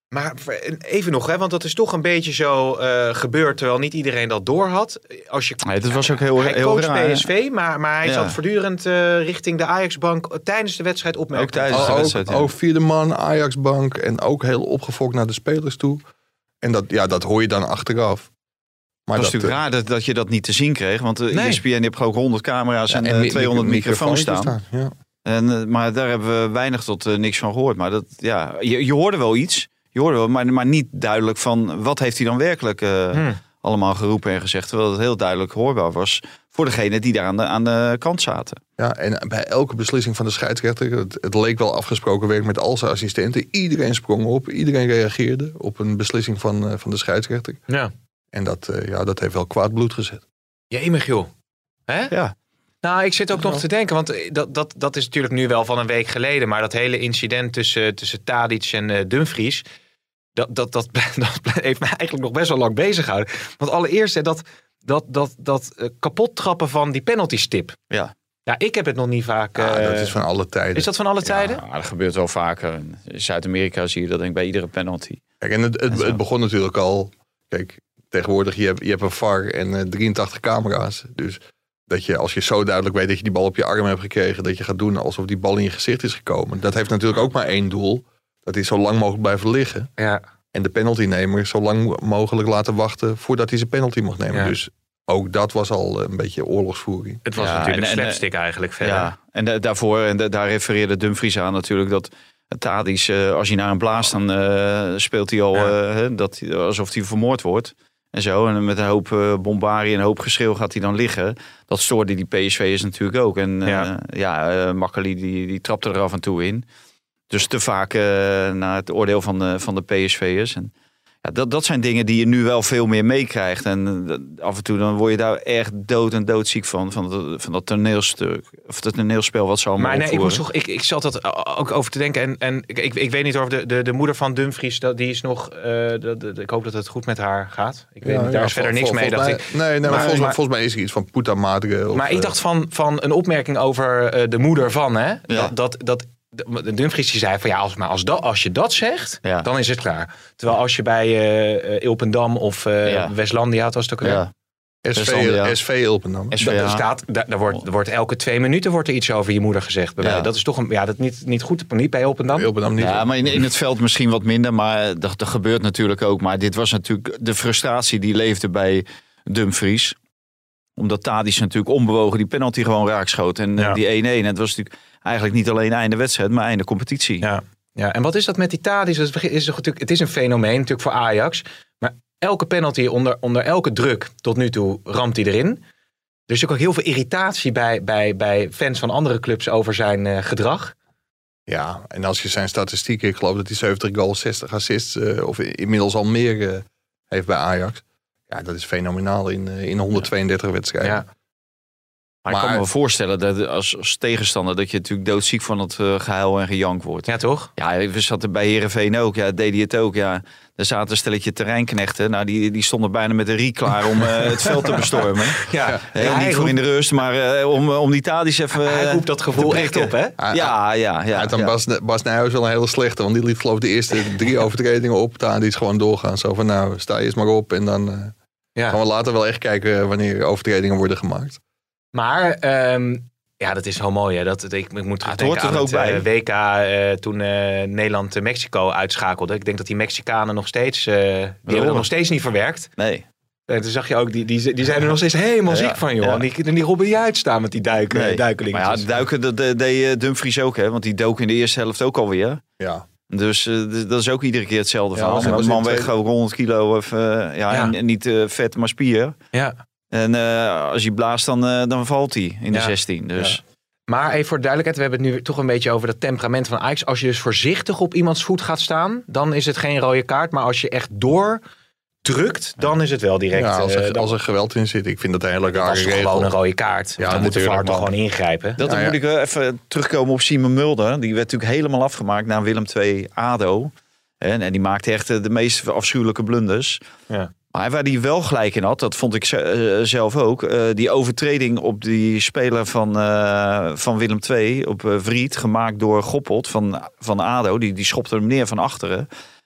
Maar even nog, hè, want dat is toch een beetje zo uh, gebeurd, terwijl niet iedereen dat door had. Als je,
nee, dat was ook heel,
hij
heel
coacht
raar.
P S V, maar, maar hij
ja.
zat voortdurend uh, richting de Ajax-bank tijdens de wedstrijd opmerken.
Ook tijdens de
ook,
wedstrijd, ja.
ook vierde man, Ajax-bank en ook heel opgefokt naar de spelers toe. En dat, ja, dat hoor je dan achteraf. Maar
het was
dat,
natuurlijk uh, raar dat, dat je dat niet te zien kreeg, want de nee. E S P N heeft ook honderd camera's ja, en, en uh, tweehonderd microfoons staan. staan
ja.
en, uh, maar daar hebben we weinig tot uh, niks van gehoord. Maar dat, ja, je, je hoorde wel iets. Je hoorde wel, maar, maar niet duidelijk van wat heeft hij dan werkelijk uh, hmm. allemaal geroepen en gezegd. Terwijl het heel duidelijk hoorbaar was voor degenen die daar aan de, aan de kant zaten.
Ja, en bij elke beslissing van de scheidsrechter, het, het leek wel afgesproken werk met al zijn assistenten. Iedereen sprong op, iedereen reageerde op een beslissing van, uh, van de scheidsrechter.
Ja.
En dat, uh, ja, dat heeft wel kwaad bloed gezet.
Jemig joh. Hè?
Ja.
Nou, ik zit ook nog te denken, want dat, dat, dat is natuurlijk nu wel van een week geleden. Maar dat hele incident tussen, tussen Tadic en uh, Dumfries, dat, dat, dat, dat heeft me eigenlijk nog best wel lang bezig gehouden. Want allereerst, hè, dat, dat, dat, dat uh, kapot trappen van die penaltystip.
Ja.
Ja, ik heb het nog niet vaak... Uh,
ja, dat is van alle tijden.
Is dat van alle tijden?
Ja, dat gebeurt wel vaker. In Zuid-Amerika zie je dat denk ik bij iedere penalty.
Kijk, en het, het, het begon natuurlijk al... Kijk, tegenwoordig, je hebt, je hebt een V A R en uh, drieëntachtig camera's. Dus dat je, als je zo duidelijk weet dat je die bal op je arm hebt gekregen, dat je gaat doen alsof die bal in je gezicht is gekomen. Dat heeft natuurlijk ook maar één doel. Dat is zo lang mogelijk blijven liggen.
Ja. En
de penaltynemer zo lang mogelijk laten wachten voordat hij zijn penalty mag nemen. Ja. Dus ook dat was al een beetje oorlogsvoering.
Het was
ja,
natuurlijk
en,
slapstick en, eigenlijk verder.
Ja, en de, daarvoor, en de, daar refereerde Dumfries aan natuurlijk, dat Tadic, uh, als hij naar een blaast, dan uh, speelt hij al ja. uh, dat, alsof hij vermoord wordt. En zo, en met een hoop uh, bombarie en een hoop geschreeuw gaat hij dan liggen. Dat stoorde die P S V'ers natuurlijk ook. En ja, uh, ja uh, Makkeli die, die trapte er af en toe in. Dus te vaak uh, naar het oordeel van de, van de P S V'ers. En ja, dat, dat zijn dingen die je nu wel veel meer meekrijgt. En uh, af en toe dan word je daar echt dood en doodziek van. Van dat, van dat toneelstuk. Of dat toneelspel wat ze allemaal
Maar nee, ik, moest toch, ik, ik zat dat ook over te denken. En, en ik, ik, ik weet niet of de, de, de moeder van Dumfries, dat, die is nog... Uh, de, de, ik hoop dat het goed met haar gaat. Ik weet ja, niet, daar ja, is verder niks mee. Dacht
mij,
ik.
Nee, nee maar, maar, volgens, maar volgens mij is er iets van puta madre. Of,
maar ik dacht van, van een opmerking over uh, de moeder van. Hè,
ja.
dat, dat, dat de Dumfries die zei van ja, als, maar als, dat, als je dat zegt, ja. dan is het klaar. Terwijl als je bij uh, Ilpendam of uh, ja. Westlandia, was het ook weer.
Ja. S V, S V Ilpendam.
S V, ja. Er staat, daar, daar, wordt, er wordt elke twee minuten wordt er iets over je moeder gezegd. Bij ja. Dat is toch een, ja, dat niet, niet goed. Niet bij Ilpendam.
Ilpendam niet.
Ja, maar in, in het veld misschien wat minder. Maar dat, dat gebeurt natuurlijk ook. Maar dit was natuurlijk de frustratie die leefde bij Dumfries. Omdat Tadic natuurlijk onbewogen die penalty gewoon raakschoot. En ja. die één-één. En het was natuurlijk eigenlijk niet alleen einde wedstrijd, maar einde competitie.
Ja, ja. En wat is dat met die Tadic? Het is, het is een fenomeen natuurlijk voor Ajax. Maar elke penalty, onder, onder elke druk tot nu toe, ramt hij erin. Er is ook heel veel irritatie bij, bij, bij fans van andere clubs over zijn uh, gedrag.
Ja, en als je zijn statistieken, ik geloof dat hij zeventig goals, zestig assists, uh, of inmiddels al meer uh, heeft bij Ajax. Ja, dat is fenomenaal in, uh, in honderdtweeëndertig ja. wedstrijden. Ja.
Maar, maar ik kan me voorstellen dat als, als tegenstander dat je natuurlijk doodziek van het uh, gehuil en gejank wordt.
Ja, toch?
Ja, we zaten bij Heerenveen ook. Ja, deed hij het ook. Ja, er zaten een stelletje terreinknechten. Nou, die, die stonden bijna met een rie klaar om uh, het veld te bestormen. Ja, Heel ja, niet voor roept... in de rust, maar uh, om, om die Tadic even uh,
hij roept dat gevoel echt op, hè?
Ja,
ja,
ja. ja, dan ja. Bas, Bas Nijhuis wel een hele slechte, want die liet geloof ik de eerste drie overtredingen op. Tadic gewoon doorgaan. Zo van, nou, sta je eens maar op en dan uh, ja. gaan we later wel echt kijken wanneer overtredingen worden gemaakt.
Maar um, ja, dat is zo mooi. Hè? Dat, ik, ik moet
ah, het hoort er ook bij.
Uh, W K uh, toen uh, Nederland Mexico uitschakelde. Ik denk dat die Mexicanen nog steeds, uh, die hebben dat nog steeds niet verwerkt.
Nee.
En toen zag je ook, die, die, die zijn er nog steeds helemaal ziek ja, van, joh. Ja. En die, die robben je uitstaan met die duiken, nee. duikelingetjes.
Maar ja, duiken, dat deed Dumfries ook, hè. Want die dook in de eerste helft ook alweer.
Ja.
Dus uh, dat is ook iedere keer hetzelfde ja, verhaal. Een man weegt gewoon honderd kilo of, uh, ja, ja. En, en niet uh, vet, maar spier.
Ja.
En uh, als hij blaast, dan, uh, dan valt hij in ja. de zestien. Dus. Ja.
Maar even voor de duidelijkheid, we hebben het nu toch een beetje over dat temperament van Ajax. Als je dus voorzichtig op iemands voet gaat staan, dan is het geen rode kaart. Maar als je echt doordrukt, dan is het wel direct.
Ja, als, er,
uh,
als er geweld in zit. Ik vind dat een hele rare regel.
Dat is gewoon een rode kaart. Ja, dan moet de V A R toch gewoon ingrijpen.
Dat
ja,
ja. moet ik even terugkomen op Simon Mulder. Die werd natuurlijk helemaal afgemaakt na Willem twee A D O. En, en die maakte echt de meest afschuwelijke blunders. Ja. Maar waar hij wel gelijk in had, dat vond ik zelf ook. Uh, die overtreding op die speler van, uh, van Willem twee, op uh, Vriet, gemaakt door Goppelt van, van A D O. Die, die schopte hem neer van achteren.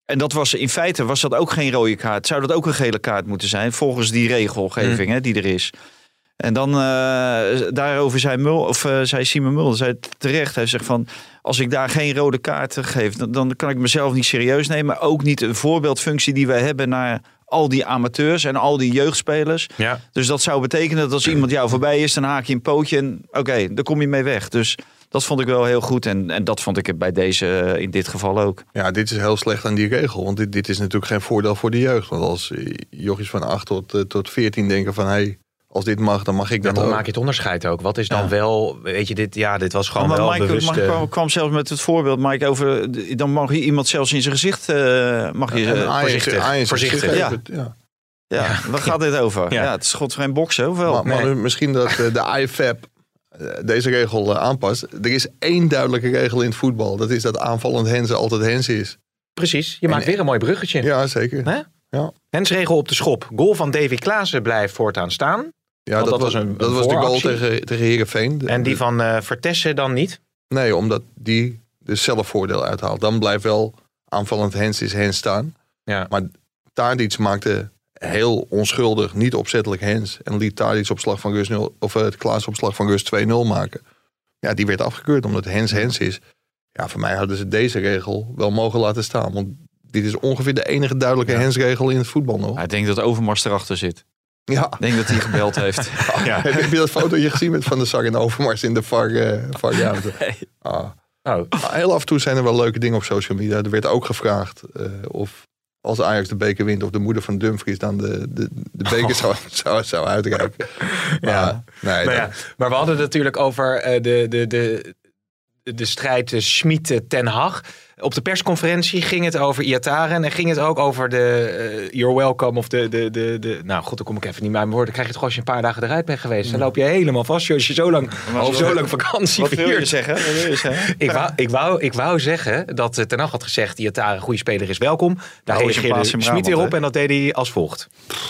En dat was in feite was dat ook geen rode kaart. Zou dat ook een gele kaart moeten zijn? Volgens die regelgeving mm. hè, die er is. En dan uh, daarover zei, Mul, of, uh, zei Simon Mulder zei terecht. Hij zegt van, als ik daar geen rode kaart geef, dan, dan kan ik mezelf niet serieus nemen. Maar ook niet een voorbeeldfunctie die wij hebben naar al die amateurs en al die jeugdspelers. Ja. Dus dat zou betekenen dat als iemand jou voorbij is, dan haak je een pootje en oké, okay, daar kom je mee weg. Dus dat vond ik wel heel goed. En, en dat vond ik bij deze uh, in dit geval ook.
Ja, dit is heel slecht aan die regel. Want dit, dit is natuurlijk geen voordeel voor de jeugd. Want als jochies van acht tot, uh, tot veertien denken van, hé, hey, als dit mag, dan mag ik dat
ja, dan
ook.
maak je het onderscheid ook. Wat is dan ja. wel, weet je, dit, ja, dit was gewoon
maar
wel
Mike,
bewust.
Mike kwam, kwam zelfs met het voorbeeld, Mike, over, dan mag je iemand zelfs in zijn gezicht, uh, mag je uh,
Ajax,
voorzichtig.
Ajax,
voorzichtig.
Ja.
Ja. Ja, ja, waar gaat dit over? Ja. Ja, het is god geen boksen, of wel?
Maar, maar
nee.
misschien dat uh, de I F A B uh, deze regel uh, aanpast. Er is één duidelijke regel in het voetbal. Dat is dat aanvallend hensen altijd hensen is.
Precies, je maakt en, weer een mooi bruggetje.
Ja, zeker.
Hè?
Ja.
Hensregel op de schop. Goal van Davy Klaassen blijft voortaan staan.
Ja, dat, dat was, een, dat was de goal tegen, tegen Heerenveen.
En die van uh, Vertessen dan niet?
Nee, omdat die dus zelf voordeel uithaalt. Dan blijft wel aanvallend hens is hens staan. Ja. Maar Tadic maakte heel onschuldig, niet opzettelijk hens. En liet Tadic op slag van rust nul, of het uh, Klaassen op slag van rust twee nul maken. Ja, die werd afgekeurd omdat hens hens is. Ja, voor mij hadden ze deze regel wel mogen laten staan. Want dit is ongeveer de enige duidelijke ja. hensregel in het voetbal nog.
Ja, ik denk dat Overmars erachter zit.
Ja.
Ik denk dat hij gebeld heeft.
Ja. Heb je dat fotootje gezien met Van der Sar en Overmars in de var, uh, variante? Nee. Ah. Oh. Heel af en toe zijn er wel leuke dingen op social media. Er werd ook gevraagd uh, of als Ajax de beker wint of de moeder van Dumfries dan de, de, de beker oh. zou, zou, zou uitreiken. Maar,
ja.
Nee,
nou ja. maar we hadden het natuurlijk over uh, de, de, de, de strijd uh, Schmid-Ten Hag. Op de persconferentie ging het over Iataren en ging het ook over de uh, You're Welcome of de, de, de, de... Nou goed, dan kom ik even niet meer aan mijn woorden. Dan krijg je het gewoon als je een paar dagen eruit bent geweest. Dan loop je helemaal vast als je zo lang, als zo lang vakantie
wat
viert.
Wil je zeggen? Wat wil je zeggen?
ik, wou, ik, wou, ik wou zeggen dat Ten Hag had gezegd Iataren, een goede speler, is welkom. Daar nou, reageerde Schmid weer op en dat deed hij als volgt.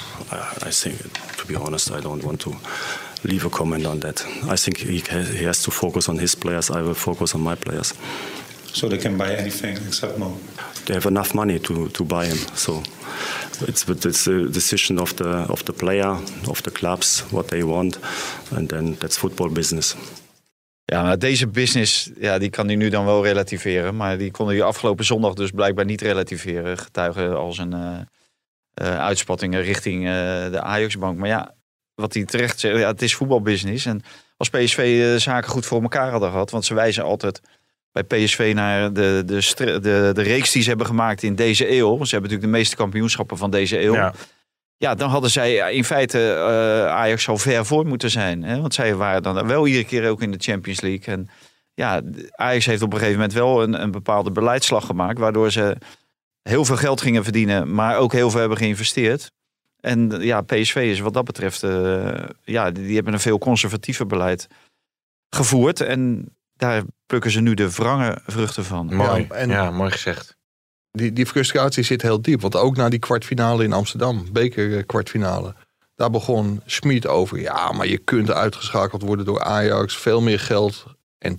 I think, to be honest, I don't want to leave a comment on that. I think he, he has to focus on his players. I will focus on my players.
So they can buy anything except Mo.
They have enough money to, to buy him. So it's it's a decision of the of the player, of the clubs, what they want, and then that's football business.
Ja, maar deze business, ja, die kan hij nu dan wel relativeren, maar die kon hij afgelopen zondag dus blijkbaar niet relativeren, getuigen als een uh, uh, uitspattingen richting uh, de Ajax-bank. Maar ja, wat hij terecht zegt, ja, het is voetbalbusiness. En als P S V uh, zaken goed voor elkaar hadden gehad, want ze wijzen altijd bij P S V naar de, de, de, de reeks die ze hebben gemaakt in deze eeuw. Want ze hebben natuurlijk de meeste kampioenschappen van deze eeuw. Ja, ja dan hadden zij in feite uh, Ajax al ver voor moeten zijn. Hè? Want zij waren dan wel iedere keer ook in de Champions League. En ja, Ajax heeft op een gegeven moment wel een, een bepaalde beleidsslag gemaakt, waardoor ze heel veel geld gingen verdienen, maar ook heel veel hebben geïnvesteerd. En ja, P S V is wat dat betreft, uh, ja, die, die hebben een veel conservatiever beleid gevoerd. En daar plukken ze nu de wrange vruchten van.
Mooi,
ja, en
ja, mooi gezegd.
Die, die frustratie zit heel diep. Want ook na die kwartfinale in Amsterdam, beker kwartfinale, daar begon Schmid over. Ja, maar je kunt uitgeschakeld worden door Ajax, veel meer geld. En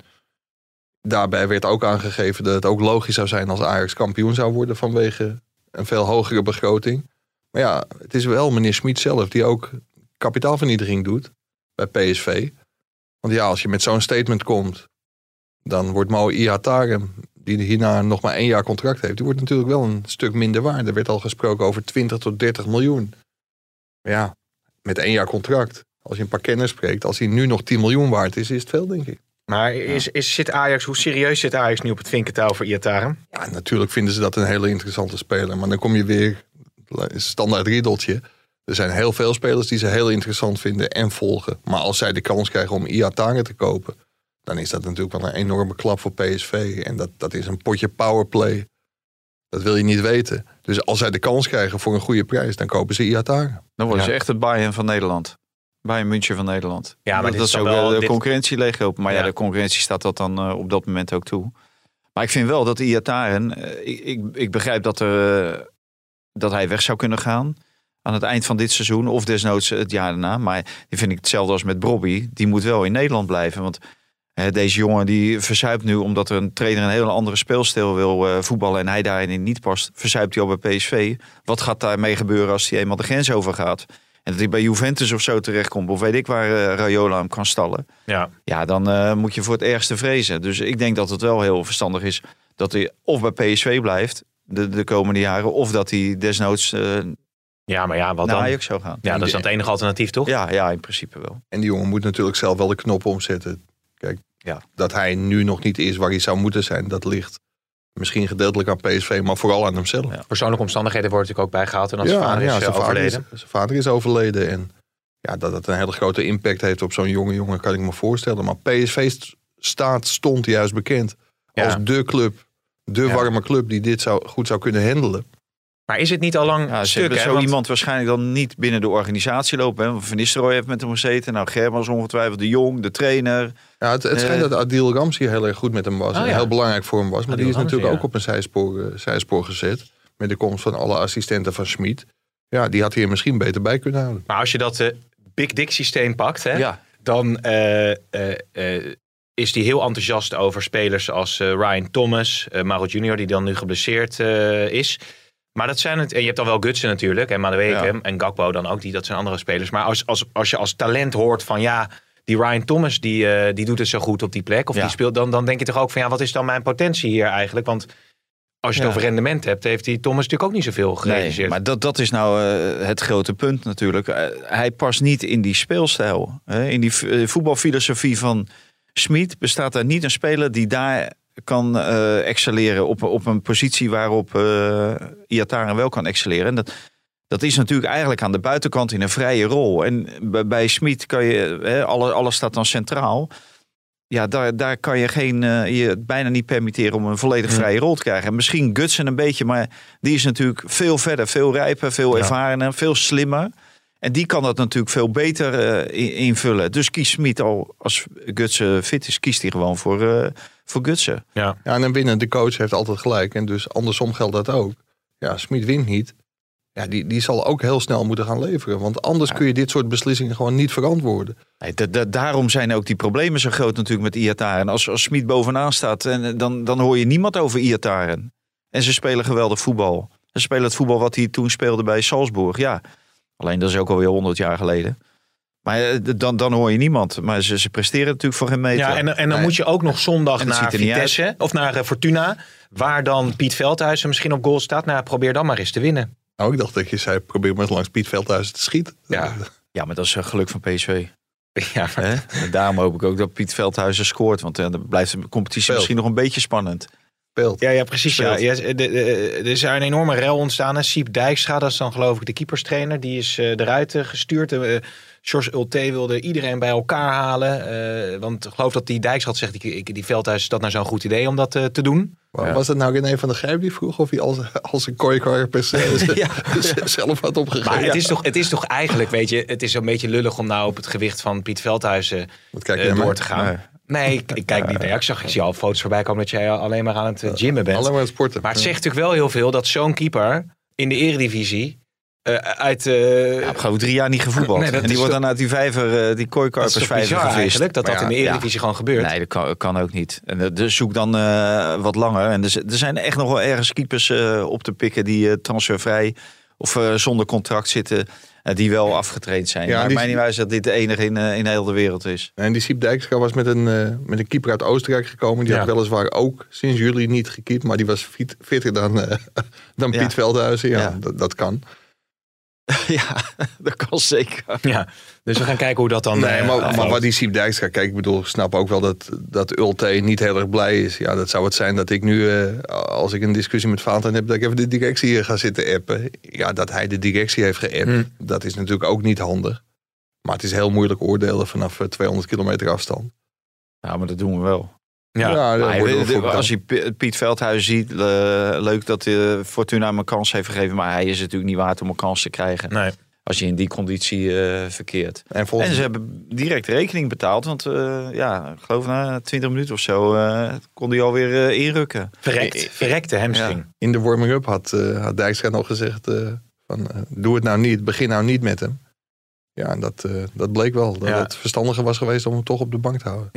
daarbij werd ook aangegeven dat het ook logisch zou zijn als Ajax kampioen zou worden vanwege een veel hogere begroting. Maar ja, het is wel meneer Schmid zelf die ook kapitaalvernietiging doet bij P S V. Want ja, als je met zo'n statement komt, dan wordt Mo Iataren, die hierna nog maar één jaar contract heeft, die wordt natuurlijk wel een stuk minder waard. Er werd al gesproken over twintig tot dertig miljoen. Maar ja, met één jaar contract, als je een paar kenners spreekt, als hij nu nog tien miljoen waard is, is het veel, denk ik.
Maar is, is, zit Ajax, hoe serieus zit Ajax nu op het vinkentouw voor Iataren?
Ja, natuurlijk vinden ze dat een hele interessante speler. Maar dan kom je weer, standaard riedeltje. Er zijn heel veel spelers die ze heel interessant vinden en volgen. Maar als zij de kans krijgen om Iataren te kopen, dan is dat natuurlijk wel een enorme klap voor P S V. En dat, dat is een potje powerplay. Dat wil je niet weten. Dus als zij de kans krijgen voor een goede prijs, dan kopen ze Iataren.
Dan worden
ja.
ze echt het Bayern van Nederland. Bayern München van Nederland.
Ja, maar
dat,
dit
dat
is
is ook
wel,
de
dit...
concurrentie leeglopen. Maar ja. ja, de concurrentie staat dat dan uh, op dat moment ook toe. Maar ik vind wel dat Iataren, uh, ik, ik, ik begrijp dat, er, uh, dat hij weg zou kunnen gaan aan het eind van dit seizoen. Of desnoods het jaar daarna. Maar die vind ik hetzelfde als met Brobby. Die moet wel in Nederland blijven. Want Hè, deze jongen die verzuipt nu omdat er een trainer een hele andere speelstijl wil uh, voetballen en hij daarin niet past. Verzuipt hij al bij P S V. Wat gaat daarmee gebeuren als hij eenmaal de grens overgaat? En dat hij bij Juventus of zo terechtkomt. Of weet ik waar uh, Raiola hem kan stallen.
Ja,
ja dan uh, moet je voor het ergste vrezen. Dus ik denk dat het wel heel verstandig is dat hij of bij P S V blijft de, de komende jaren. Of dat hij desnoods uh,
ja maar ja, wat
naar
dan?
Ajax zou gaan.
Ja, dat is dan het enige alternatief, toch?
Ja, ja, in principe wel.
En die jongen moet natuurlijk zelf wel de knop omzetten. Kijk,
ja.
dat hij nu nog niet is waar hij zou moeten zijn, dat ligt misschien gedeeltelijk aan P S V, maar vooral aan hemzelf.
Ja. Persoonlijke omstandigheden worden natuurlijk ook bijgehaald. En als
ja,
zijn vader
ja,
is
zijn
uh, overleden.
Vader is, zijn vader is overleden. En ja, dat het een hele grote impact heeft op zo'n jonge jongen, kan ik me voorstellen. Maar P S V staat, stond juist bekend
ja.
als de club, de
ja.
warme club die dit zou, goed zou kunnen handelen.
Maar is het niet al lang
ja,
stuk?
Ze
Hè?
zo
Want...
iemand waarschijnlijk dan niet binnen de organisatie lopen. Hè? Van Nistelrooy heeft met hem gezeten. Nou, Germans ongetwijfeld, de Jong, de trainer.
Ja, het, het schijnt uh, dat Adil Ramsi heel erg goed met hem was.
Oh,
en
ja.
heel belangrijk voor hem was. Maar
Adil
die is
Ramsi,
natuurlijk
ja.
ook op een zijspoor, uh, zijspoor gezet. Met de komst van alle assistenten van Schmid. Ja, die had hij er misschien beter bij kunnen houden.
Maar als je dat uh, Big Dick systeem pakt, hè,
Ja.
dan uh, uh, uh, is hij heel enthousiast over spelers als uh, Ryan Thomas, uh, Mauro Junior, die dan nu geblesseerd uh, is. Maar dat zijn het. En je hebt dan wel Gutsen natuurlijk. En Madueke
Ja.
en Gakpo dan ook. Die, dat zijn andere spelers. Maar als, als, als je als talent hoort van ja, die Ryan Thomas die, uh, die doet het zo goed op die plek. Of
Ja.
die speelt. Dan, dan denk je toch ook van ja, wat is dan mijn potentie hier eigenlijk? Want als je het
Ja.
over rendement hebt, heeft die Thomas natuurlijk ook niet zoveel gerealiseerd.
Nee, maar dat, dat is nou uh, het grote punt natuurlijk. Uh, hij past niet in die speelstijl. Uh, in die uh, voetbalfilosofie van Schmid bestaat er niet een speler die daar kan uh, excelleren op, op een positie waarop uh, Iataren wel kan excelleren. En dat, dat is natuurlijk eigenlijk aan de buitenkant in een vrije rol. En bij, bij Schmid kan je, hè, alles, alles staat dan centraal. Ja, daar, daar kan je geen, uh, je bijna niet permitteren om een volledig vrije rol te krijgen. En misschien Gutsen een beetje, maar die is natuurlijk veel verder, veel rijper, veel
Ja.
ervarener, veel slimmer. En die kan dat natuurlijk veel beter uh, invullen. Dus kiest Schmid al, als Gutsen fit is, kiest hij gewoon voor, uh, voor Gutsen.
Ja.
Ja, en dan winnen, de coach heeft altijd gelijk. En dus andersom geldt dat ook. Ja, Schmid wint niet. Ja, die, die zal ook heel snel moeten gaan leveren. Want anders
Ja.
kun je dit soort beslissingen gewoon niet verantwoorden.
Nee, da, da, daarom zijn ook die problemen zo groot natuurlijk met Iataren. Als, als Schmid bovenaan staat, en, dan, dan hoor je niemand over Iataren. En ze spelen geweldig voetbal. Ze spelen het voetbal wat hij toen speelde bij Salzburg. Ja, alleen dat is ook alweer honderd jaar geleden. Maar dan, dan hoor je niemand. Maar ze, ze presteren natuurlijk voor geen meter.
Ja, en, en dan
Nee.
moet je ook nog zondag
En dat
naar
ziet er niet
Vitesse of naar uh, Fortuna. Waar dan Piet Veldhuizen misschien op goal staat. Nou, probeer dan maar eens te winnen.
Nou, ik dacht dat je zei, probeer maar eens langs Piet Veldhuizen te schieten.
Ja.
Ja, maar dat is een geluk van P S V.
Ja, maar...
Hè? En daarom hoop ik ook dat Piet Veldhuizen scoort. Want uh, dan blijft de competitie
Speelt.
misschien nog een beetje spannend.
Speelt.
Ja, ja, precies. Ja.
Speelt.
Ja, de, de, er is een enorme rel ontstaan. Hè. Siep Dijkstra, dat is dan geloof ik de keeperstrainer. Die is uh, eruit uh, gestuurd. Uh, George Ulte wilde iedereen bij elkaar halen. Uh, want ik geloof dat die Dijkstra had gezegd, die, die Veldhuis is dat nou zo'n goed idee om dat uh, te doen.
Ja. Was dat nou René van der Gijp die vroeg of hij als, als een kooikarper
Ja.
zelf had opgegeven?
Maar het is, toch, het is toch eigenlijk, weet je, het is een beetje lullig om nou op het gewicht van Piet Veldhuizen
Wat kijk je
uh,
naar
door
mij?
te gaan.
Nee.
Nee, ik, ik kijk niet naar. Ik zag ik zie al foto's voorbij komen dat jij alleen maar aan het uh, gymmen bent.
Alleen maar het sporten.
Maar het zegt natuurlijk wel heel veel dat zo'n keeper in de eredivisie uh, uit... Uh,
Ja, heb gewoon drie jaar niet gevoetbald.
Nee, dat
en die
is
wordt
toch-
dan uit die vijver, uh, die
dat is
kooikarpers
toch
vijver
bizar
gevist.
eigenlijk, dat dat
Maar
in de
ja,
eredivisie
ja.
gewoon gebeurt.
Nee, dat kan, kan ook niet. En uh, dus zoek dan uh, wat langer. En er, z- er zijn echt nog wel ergens keepers uh, op te pikken die uh, transfervrij of uh, zonder contract zitten. Uh, die wel afgetraind zijn.
Ja,
maar
die-
mij niet wijs dat dit de enige in, uh, in heel de wereld is.
En die Siep Dijkstra was met een, uh, met een keeper uit Oostenrijk gekomen. Die
Ja.
had weliswaar ook sinds juli niet gekiept. Maar die was fit, fitter dan, uh, dan
Ja.
Piet Veldhuizen. Ja,
Ja.
Dat, dat kan.
Ja, dat kan zeker.
Ja, dus we gaan kijken hoe dat dan...
Nee,
uh,
maar,
afloopt.
maar wat die Siep Dijkstra... Kijk, ik bedoel, ik snap ook wel dat, dat Ulte niet heel erg blij is. Ja, dat zou het zijn dat ik nu, uh, als ik een discussie met Valentijn heb... dat ik even de directie hier ga zitten appen. Ja, dat hij de directie heeft geappt.
Hmm.
Dat is natuurlijk ook niet handig. Maar het is heel moeilijk oordelen vanaf uh, tweehonderd kilometer afstand.
Ja, maar dat doen we wel.
Ja.
daar
Maar
worden we
de-
voor
de-
betaald.
als je P- Piet Veldhuis ziet, uh, leuk dat uh, Fortuna hem een kans heeft gegeven. Maar hij is natuurlijk niet waard om een kans te krijgen.
Nee.
Als je in die conditie uh, verkeert.
En volgens
En ze hebben direct rekening betaald. Want uh, ja, ik geloof na twintig minuten of zo uh, kon hij alweer uh, inrukken.
Verrekt, verrekte hamstring.
in de warming-up had, uh, had Dijkstra nog gezegd... Uh, van, uh, doe het nou niet, begin nou niet met hem. Ja, en dat, uh, dat bleek wel. Dat
Ja.
het verstandiger was geweest om hem toch op de bank te houden.
Ja.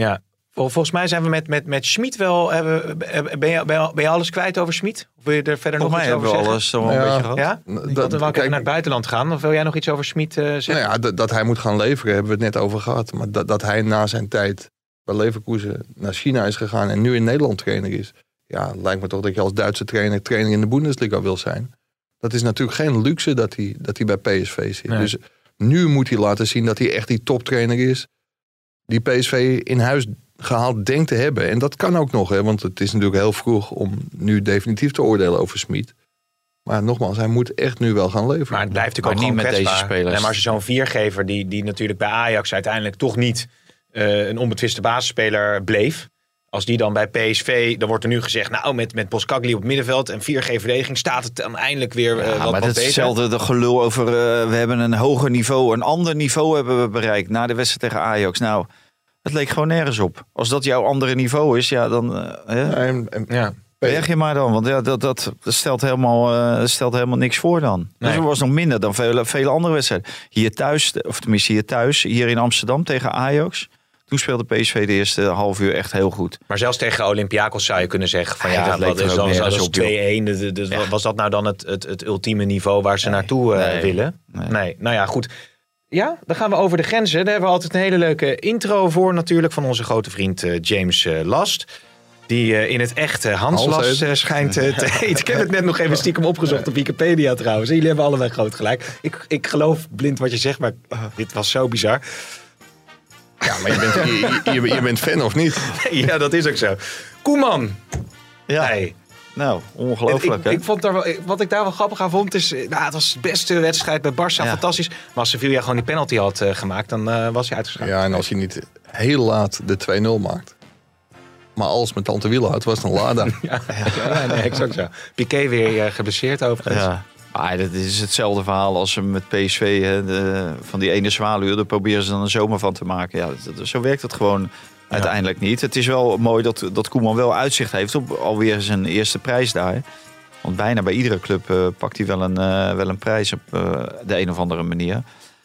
Vol, volgens mij zijn we met, met, met Schmid wel... Hebben, ben, je, ben, je, ben je alles kwijt over Schmid? Of wil je er verder nog iets over zeggen?
Alles zo een
Ja.
beetje gehad.
Ja?
Dat,
Dat, wil ik
kijk,
even naar het buitenland gaan. Of wil jij nog iets over Schmid uh, zeggen?
nou ja, dat, dat hij moet gaan leveren, hebben we het net over gehad. Maar dat, dat hij na zijn tijd bij Leverkusen naar China is gegaan en nu in Nederland trainer is. Ja, lijkt me toch dat je als Duitse trainer trainer in de Bundesliga wil zijn. Dat is natuurlijk geen luxe dat hij, dat hij bij P S V zit.
Nee.
Dus nu moet hij laten zien dat hij echt die toptrainer is. Die P S V in huis gehaald denkt te hebben. En dat kan ook nog, hè, want het is natuurlijk heel vroeg om nu definitief te oordelen over Schmid. Maar nogmaals, hij moet echt nu wel gaan leveren.
Maar het blijft natuurlijk
Maar
ook
niet
gewoon
met deze
kwetsbaar.
spelers.
Nee, maar als je zo'n viergever, die, die natuurlijk bij Ajax uiteindelijk toch niet uh, een onbetwiste basisspeler bleef. Als die dan bij P S V, dan wordt er nu gezegd, nou met, met Boskagli op het middenveld en viergever verdediging staat het dan eindelijk weer uh,
Ja,
wat,
maar
wat
dat is
beter.
hetzelfde de gelul over uh, we hebben een hoger niveau, een ander niveau hebben we bereikt na de wedstrijd tegen Ajax. Nou, het leek gewoon nergens op. Als dat jouw andere niveau is, ja dan uh, hè,
En, en,
Ja.
berg je maar dan. Want ja, dat, dat, dat stelt, helemaal, uh, dat stelt helemaal niks voor dan.
Nee.
Dus het was nog minder dan vele, vele andere wedstrijden. Hier thuis, of tenminste hier thuis, hier in Amsterdam tegen Ajax. Toen speelde P S V de eerste half uur echt heel goed.
Maar zelfs tegen Olympiakos zou je kunnen zeggen van
Ja,
ja,
dat leek
wat
er
is
ook
dan
nergens
dat is
op, joh.
twee-een. Dus dus
Ja.
was dat nou dan het, het, het ultieme niveau waar ze
Nee.
naartoe uh,
Nee.
willen?
Nee.
Nee. Nou ja, goed. Ja, dan gaan we over de grenzen. Daar hebben we altijd een hele leuke intro voor natuurlijk van onze grote vriend uh, James uh, Last. Die uh, in het echte Hans
Hans
Last
heet.
uh, schijnt uh, te heten. Ik heb het net nog even stiekem opgezocht op Wikipedia trouwens. Jullie hebben allebei groot gelijk. Ik, ik geloof blind wat je zegt, maar uh, dit was zo bizar.
ja, maar je bent, je, je, je bent fan of niet?
Ja, dat is ook zo. Koeman.
Ja,
Hey.
nou, ongelooflijk
ik,
hè.
ik vond daar wel, wat ik daar wel grappig aan vond is, nou, het was de beste wedstrijd bij Barça,
Ja.
fantastisch. Maar als Sevilla gewoon die penalty had uh, gemaakt, dan uh, was hij uitgeschakeld.
Ja, en als je niet heel laat de twee nul maakt. Maar als met Tante Wielen had, was het een Lada.
Ja, ja, nee, exact zo. Piqué weer uh, geblesseerd overigens.
Ja. Maar dat is hetzelfde verhaal als ze met P S V hè, de, van die ene zwaluur. Daar proberen ze dan een zomer van te maken. Ja, dat, zo werkt het gewoon uiteindelijk niet. Het is wel mooi dat, dat Koeman wel uitzicht heeft op alweer zijn eerste prijs daar. Want bijna bij iedere club uh, pakt hij wel een, uh, wel een prijs op uh, de een of andere manier.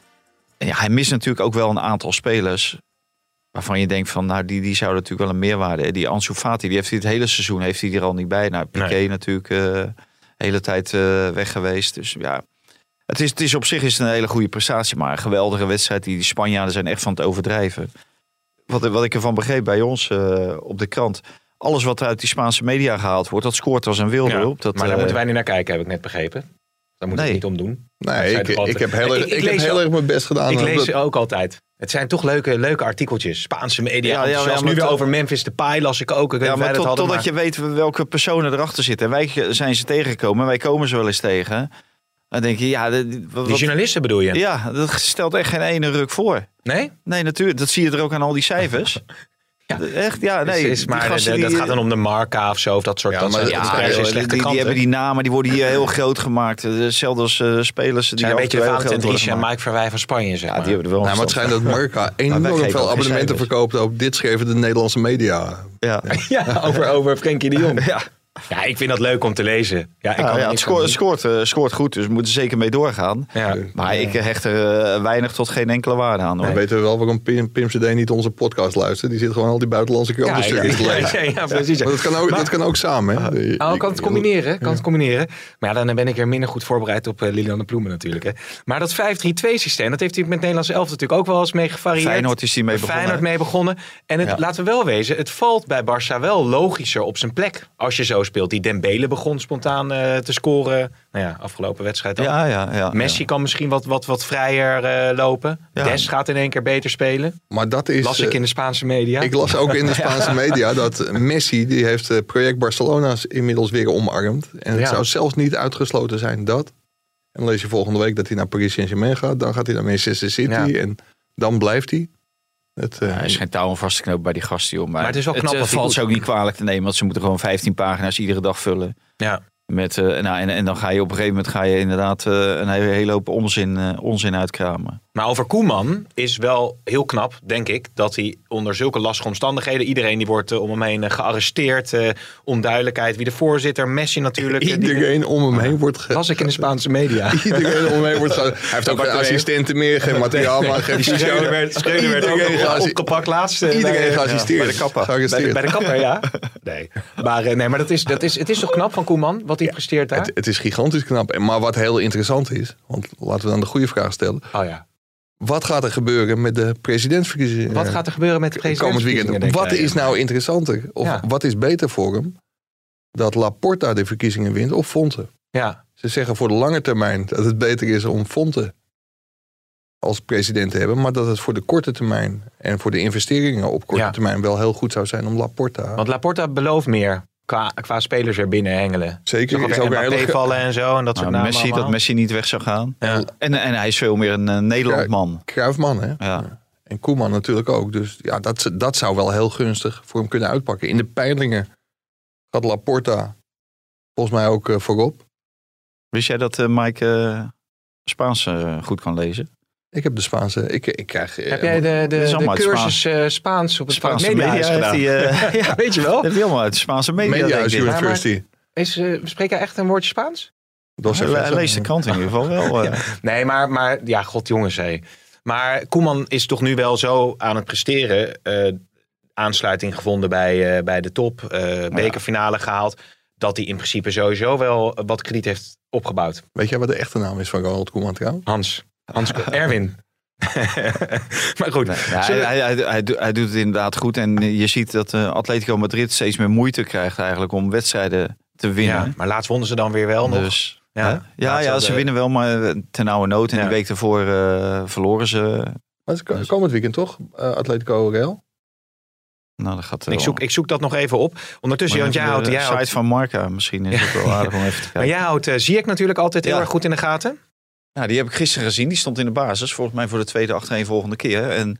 En ja, hij mist natuurlijk ook wel een aantal spelers waarvan je denkt van, nou, die, die zouden natuurlijk wel een meerwaarde hebben. Die Ansu Fati, die heeft hij het hele seizoen heeft hij er al niet bij. Nou, Piqué
Nee.
natuurlijk uh, de hele tijd uh, weg geweest. Dus ja, het is, het is op zich is het een hele goede prestatie, maar een geweldige wedstrijd. Die, die Spanjaarden zijn echt van het overdrijven. Wat, wat ik ervan begreep bij ons uh, op de krant. Alles wat er uit die Spaanse media gehaald wordt, dat scoort als een wilde
Ja,
op. Dat,
maar daar
uh,
moeten wij niet naar kijken, heb ik net begrepen. Daar moeten we
Nee.
het niet om doen. Dat
Nee,
zijn
ik,
toch altijd-
ik heb heel,
Ik-
erg,
ik
ik heb
lees
heel
ook-
erg mijn best gedaan.
Ik lees
Dat-
ook altijd. Het zijn toch leuke, leuke artikeltjes. Spaanse media.
Ja, ja, ja,
Zelfs
maar
nu weer
to-
over Memphis Depay las ik ook. Ik weet
ja,
niet of wij
maar
dat
tot,
hadden,
totdat
maar-
je weet welke personen erachter zitten. En wij zijn ze tegengekomen en wij komen ze wel eens tegen. Dan denk je, ja, de- die- wat-
Die journalisten bedoel je?
ja, dat stelt echt geen ene ruk voor.
Nee?
Nee, natuurlijk. Dat zie je er ook aan al die cijfers.
Ja.
Echt, ja, nee.
Is, is
die
maar
gasten
de-
die-
dat gaat dan om de Marca of zo. Of dat soort
Ja,
dat
maar
zijn,
ja,
dat
Ja,
zijn
joh,
slechte
die, die
kranten.
hebben die namen, die worden hier heel groot gemaakt. Hetzelfde als uh, spelers die
zijn een
af en
beetje
toe heel
Valentin
groot worden
Dries en
gemaakt.
Mike Verwij van Spanje, zeg
Ja,
maar.
die hebben er wel
Nou, maar het schijnt dat Marca enorm
wij geven
veel
ook geen
abonnementen
cijfers.
verkoopt op dit schreven de Nederlandse media.
Ja.
Ja, over, over Frenkie de Jong.
Ja.
Ja, ik vind dat leuk om te lezen. Ja, ik
Ja,
kan er
ja, het
niks
scoort,
aan
het scoort, uh, scoort goed, dus we moeten er zeker mee doorgaan.
doen. Ja.
Maar ik hecht er uh, weinig tot geen enkele waarde aan. Hoor.
Dan weten we wel waarom Pim, Pim C D niet onze podcast luistert. Die zit gewoon al die buitenlandse
Ja, ja,
krantenstukjes te
ja,
lezen.
ja, ja, precies.
Maar dat kan ook,
Maar-
dat kan ook samen. Hè? Je-
Oh,
je-
kan het combineren, kan het combineren. Maar ja, dan ben ik er minder goed voorbereid op uh, Lilian de Ploemen natuurlijk. Hè. Maar dat vijf drie twee systeem, dat heeft hij met het Nederlands elftal natuurlijk ook wel eens mee gevarieerd.
Feyenoord is die mee begonnen.
Feyenoord mee begonnen. En het,
Ja.
laten we wel wezen, het valt bij Barça wel logischer op zijn plek. Als je zo speelt. Die Dembele begon spontaan uh, te scoren. Nou ja, afgelopen wedstrijd dan.
Ja, ja, ja.
Messi
ja.
kan misschien wat, wat, wat vrijer uh, lopen.
Ja.
Des gaat in één keer beter spelen.
Maar dat is...
Las ik
eh,
in de Spaanse media.
Ik las ook in de Spaanse media dat Messi, die heeft eh, project Barcelona's inmiddels weer omarmd. En het
Ja.
zou zelfs niet uitgesloten zijn dat. En dan lees je volgende week dat hij naar Paris Saint-Germain gaat. Dan gaat hij naar Manchester City
Ja.
en dan blijft hij. Het, eh,
Ja, er is geen touw om vast te knopen bij die gasten, joh. Maar,
Maar het is wel knap
het
dat hij
valt
goed-
ze ook niet kwalijk te nemen, want ze moeten gewoon vijftien pagina's iedere dag vullen.
Ja.
Met, uh, nou, en, en dan ga je op een gegeven moment ga je inderdaad uh, een hele, hele hoop onzin, uh, onzin uitkramen.
Maar over Koeman is wel heel knap, denk ik, dat hij onder zulke lastige omstandigheden, iedereen die wordt uh, om hem heen uh, gearresteerd, uh, onduidelijkheid, wie de voorzitter, Messi natuurlijk.
Iedereen die, om hem heen wordt ge...
las ik in de Spaanse media.
Iedereen om hem heen wordt ge... Hij heeft ook geen assistenten meer, geen materiaal, maar geen
Schreuder werd, Schreuder werd ook nog opgepakt laatst. Uh,
iedereen geassisteerd.
Ja, bij de kapper. Bij de, bij de kapper, ja. Nee, maar, uh, nee, maar dat is, dat is, het is toch knap van Koeman, wat hij ja, presteert daar?
Het, het is gigantisch knap. Maar wat heel interessant is, want laten we dan de goede vraag stellen.
Oh ja.
Wat gaat er gebeuren met de presidentsverkiezingen?
Wat gaat er gebeuren met de presidentsverkiezingen?
Wat is nou interessanter? Of ja. wat is beter voor hem? Dat Laporta de verkiezingen wint of Fonte?
Ja.
Ze zeggen voor de lange termijn dat het beter is om Fonte als president te hebben. Maar dat het voor de korte termijn en voor de investeringen op korte ja. termijn wel heel goed zou zijn om Laporta...
Want Laporta belooft meer. Qua, qua spelers er binnen hengelen.
Zeker.
Is ook weer Mbappé vallen en zo. En dat soort
nou,
namen
Messi, dat Messi niet weg zou gaan.
Ja.
En, en hij is veel meer een uh, Nederlandman.
Cruijffman, hè?
Ja.
En Koeman natuurlijk ook. Dus ja, dat, dat zou wel heel gunstig voor hem kunnen uitpakken. In de peilingen gaat Laporta volgens mij ook uh, voorop.
Wist jij dat uh, Mike uh, Spaans uh, goed kan lezen?
Ik heb de Spaanse... Ik, ik krijg,
heb jij de, de, de, de cursus Spaans, uh, Spaans op het Spaanse media, media gedaan? Die, uh,
ja, weet je wel. Dat heb je allemaal uit de Spaanse media.
Media University.
Is, uh, spreek jij echt een woordje Spaans?
Dat ja, hij leest de krant in ieder geval wel. Uh.
Ja. Nee, maar, maar ja, god jongens. Hé. Maar Koeman is toch nu wel zo aan het presteren. Uh, aansluiting gevonden bij, uh, bij de top. Uh, bekerfinale ja. gehaald. Dat hij in principe sowieso wel wat krediet heeft opgebouwd.
Weet jij wat de echte naam is van Ronald Koeman trouwens?
Hans. Hans Erwin. Maar goed.
Nee, ja, hij, hij, hij, hij, hij doet het inderdaad goed. En je ziet dat uh, Atletico Madrid steeds meer moeite krijgt eigenlijk om wedstrijden te winnen.
Ja, maar laatst wonnen ze dan weer wel nog.
Dus, ja, ja, ja, ja ze de... winnen wel, maar ten nauwe nood. En ja. die week daarvoor uh, verloren ze.
Maar het is komend weekend toch? Uh, Atletico Real?
Nou, dat gaat
ik, zoek, ik zoek dat nog even op. Ondertussen, want jij houdt...
De site van Marca misschien is ja. het wel aardig om even te kijken.
Maar jij houdt uh, Ziyech natuurlijk altijd heel ja. erg goed in de gaten.
Ja, die heb ik gisteren gezien. Die stond in de basis. Volgens mij voor de tweede achtereenvolgende keer. En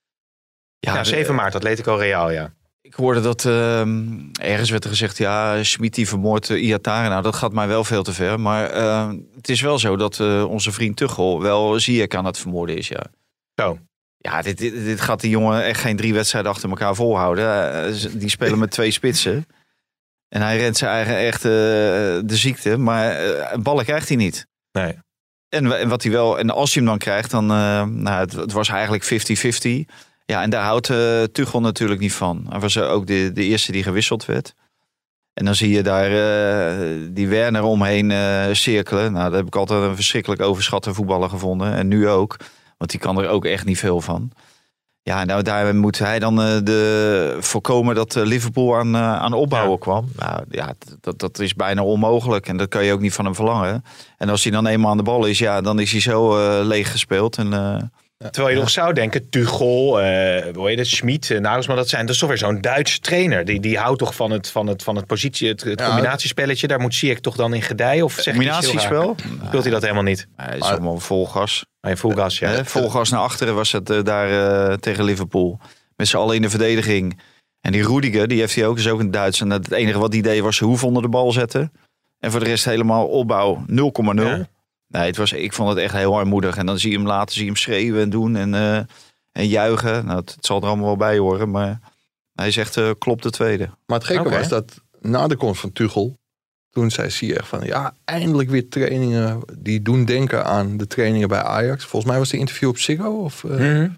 ja, ja, zeven maart, Atletico Real, ja.
Ik hoorde dat uh, ergens werd er gezegd... ja, Schmid die vermoordt uh, Iatare. Nou, dat gaat mij wel veel te ver. Maar uh, het is wel zo dat uh, onze vriend Tuchel wel Ziyech aan het vermoorden is, ja.
Zo.
Ja, dit, dit, dit gaat die jongen echt geen drie wedstrijden achter elkaar volhouden. Uh, die spelen met twee spitsen. En hij rent zijn eigen echt uh, de ziekte. Maar uh, ballen krijgt hij niet.
Nee.
En, en wat hij wel, en als je hem dan krijgt, dan uh, nou, het, het was eigenlijk vijftig vijftig. Ja, en daar houdt uh, Tuchel natuurlijk niet van. Hij was uh, ook de, de eerste die gewisseld werd. En dan zie je daar uh, die Werner omheen uh, cirkelen. Nou, daar heb ik altijd een verschrikkelijk overschatte voetballer gevonden. En nu ook, want die kan er ook echt niet veel van. Ja, nou daar moet hij dan uh, de, voorkomen dat uh, Liverpool aan, uh, aan opbouwen ja. kwam. Nou ja, dat, dat is bijna onmogelijk. En dat kan je ook niet van hem verlangen. En als hij dan eenmaal aan de bal is, ja, dan is hij zo uh, leeg gespeeld. En, uh,
ja. Terwijl je ja. nog zou denken, Tuchel, uh, hoe heet het, Schmid, uh, Nagelsman, dat zijn, dat is toch weer zo'n Duitse trainer. Die, die houdt toch van het, van het, van het positie, het, het ja. combinatiespelletje. Daar moet Ziyech toch dan in gedijen? Of zegt
combinatiespel?
Wilt hij dat helemaal niet?
Hij is allemaal vol gas.
Nee, vol gas, ja.
He, vol gas naar achteren was het uh, daar uh, tegen Liverpool. Met z'n allen in de verdediging. En die Rudiger, die heeft hij ook, is ook een Duits. En het enige wat hij deed was zijn hoef onder de bal zetten. En voor de rest helemaal opbouw nul komma nul. Ja. Nee, het was, ik vond het echt heel armoedig. En dan zie je hem later, zie je hem schreeuwen en doen en, uh, en juichen. Nou, het, het zal er allemaal wel bij horen. Maar hij zegt, uh, klopt de tweede.
Maar het gekke okay. was dat na de komst van Tuchel... Toen zei Ziyech van, ja, eindelijk weer trainingen die doen denken aan de trainingen bij Ajax. Volgens mij was de interview op Ziggo. Of, uh, mm-hmm.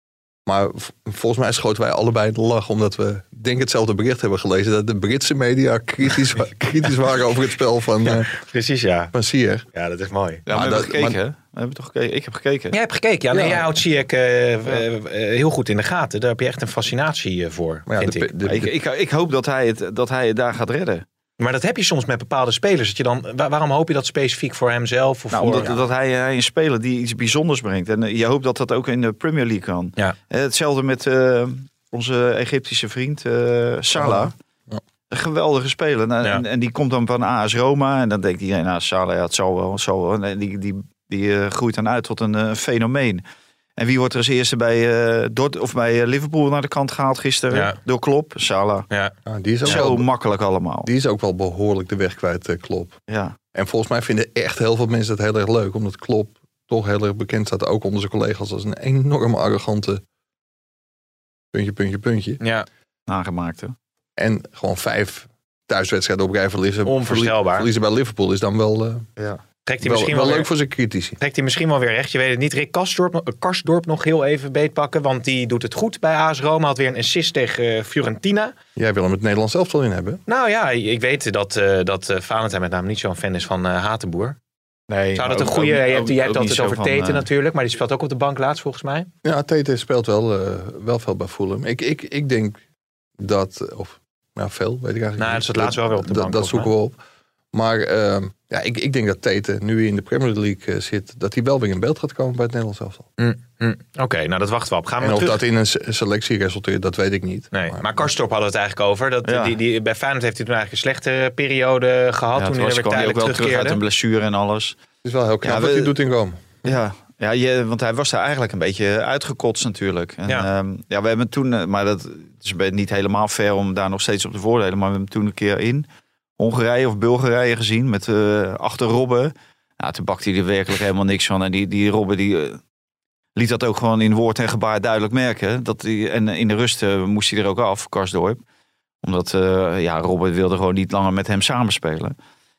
Maar v- volgens mij schoten wij allebei de lach, omdat we, denk hetzelfde bericht hebben gelezen, dat de Britse media kritisch, wa- kritisch waren over het spel van, uh,
ja, precies, ja.
van Ziyech.
Ja, dat is mooi.
Ja, maar we hebben gekeken, maar, we hebben toch gekeken. Ik heb gekeken.
Jij hebt gekeken, ja. Nee, ja. Jij houdt Ziyech uh, uh, uh, heel goed in de gaten. Daar heb je echt een fascinatie uh, voor, ja, vind de, ik.
De, de, ik, ik. Ik hoop dat hij, het, dat hij het daar gaat redden.
Maar dat heb je soms met bepaalde spelers. Dat je dan, waarom hoop je dat specifiek voor hemzelf? Of
nou,
voor,
omdat
ja.
dat hij, hij een speler die iets bijzonders brengt. En je hoopt dat dat ook in de Premier League kan.
Ja.
Hetzelfde met uh, onze Egyptische vriend uh, Salah. Ja. Een geweldige speler. Nou, ja. en, en die komt dan van A S Roma. En dan denkt iedereen, nou Salah, ja, het zal wel. Het zal wel. En die, die, die uh, groeit dan uit tot een uh, fenomeen. En wie wordt er als eerste bij, uh, Dort, of bij uh, Liverpool naar de kant gehaald gisteren?
Ja.
Door Klopp, Salah.
Ja.
Ja, die is ook
Zo
wel,
makkelijk allemaal.
die is ook wel behoorlijk de weg kwijt, uh, Klopp.
Ja.
En volgens mij vinden echt heel veel mensen het heel erg leuk. Omdat Klopp toch heel erg bekend staat, ook onder zijn collega's, als een enorme arrogante puntje, puntje, puntje.
Ja.
Nagemaakte.
En gewoon vijf thuiswedstrijden op rij verliezen.
Onvoorstelbaar.
Verliezen bij Liverpool is dan wel, uh,
Ja.
Trekt hij
wel,
misschien
wel
wel,
leuk
weer,
voor zijn critici.
trekt hij misschien wel weer recht. Je weet het niet. Rick Karsdorp, uh, Karsdorp nog heel even beetpakken. Want die doet het goed bij A S Roma. Had weer een assist tegen uh, Fiorentina.
Jij wil hem het Nederlands elftal in hebben.
Nou ja, ik weet dat, uh, dat uh, Valentijn met name niet zo'n fan is van uh, Hatenboer.
Nee,
Zou dat een
ook-
goede...
ook-
Je hebt,
ook-
je hebt
ook
altijd
niet zo
over
van,
Teten
uh,
natuurlijk. Maar die speelt ook op de bank laatst volgens mij.
Ja, Tete speelt wel, uh, wel veel bij Fulham. Ik, ik, ik denk dat, of nou veel, weet ik eigenlijk
Nou,
niet.
dat zat laatst wel weer op de
Dat-
bank,
Dat,
volgens
zoeken we op. Maar uh, ja, ik, ik denk dat Tete nu in de Premier League uh, zit, dat hij wel weer in beeld gaat komen bij het Nederlands elftal.
Mm, mm. Oké, okay, nou dat wachten we op. Gaan we
En of
terug...
dat in een se- selectie resulteert, dat weet ik niet.
Nee, maar, maar Karsdorp hadden we het eigenlijk over. Dat,
Ja.
die, die, bij Feyenoord heeft hij toen eigenlijk een slechte periode gehad.
Ja,
toen
toen
hij er
was
weer
kwam hij ook
tijdelijk
wel terug uit
terugkeerde.
een blessure en alles.
Het is wel heel knap
Ja,
wat
we-
hij doet in Rome.
Ja, ja je, want hij was daar eigenlijk een beetje uitgekotst natuurlijk. En,
Ja.
ja. ja, we hebben toen, eh, maar dat is niet helemaal fair om daar nog steeds op te voordelen. Maar we hebben hem toen een keer in Hongarije of Bulgarije gezien met uh, achter Robben. Nou, toen bakte hij er werkelijk helemaal niks van. En die, die Robben die uh, liet dat ook gewoon in woord en gebaar duidelijk merken. Dat die, en in de rust uh, moest hij er ook af, Karsdorp. Omdat uh, ja, Robben wilde gewoon niet langer met hem samenspelen.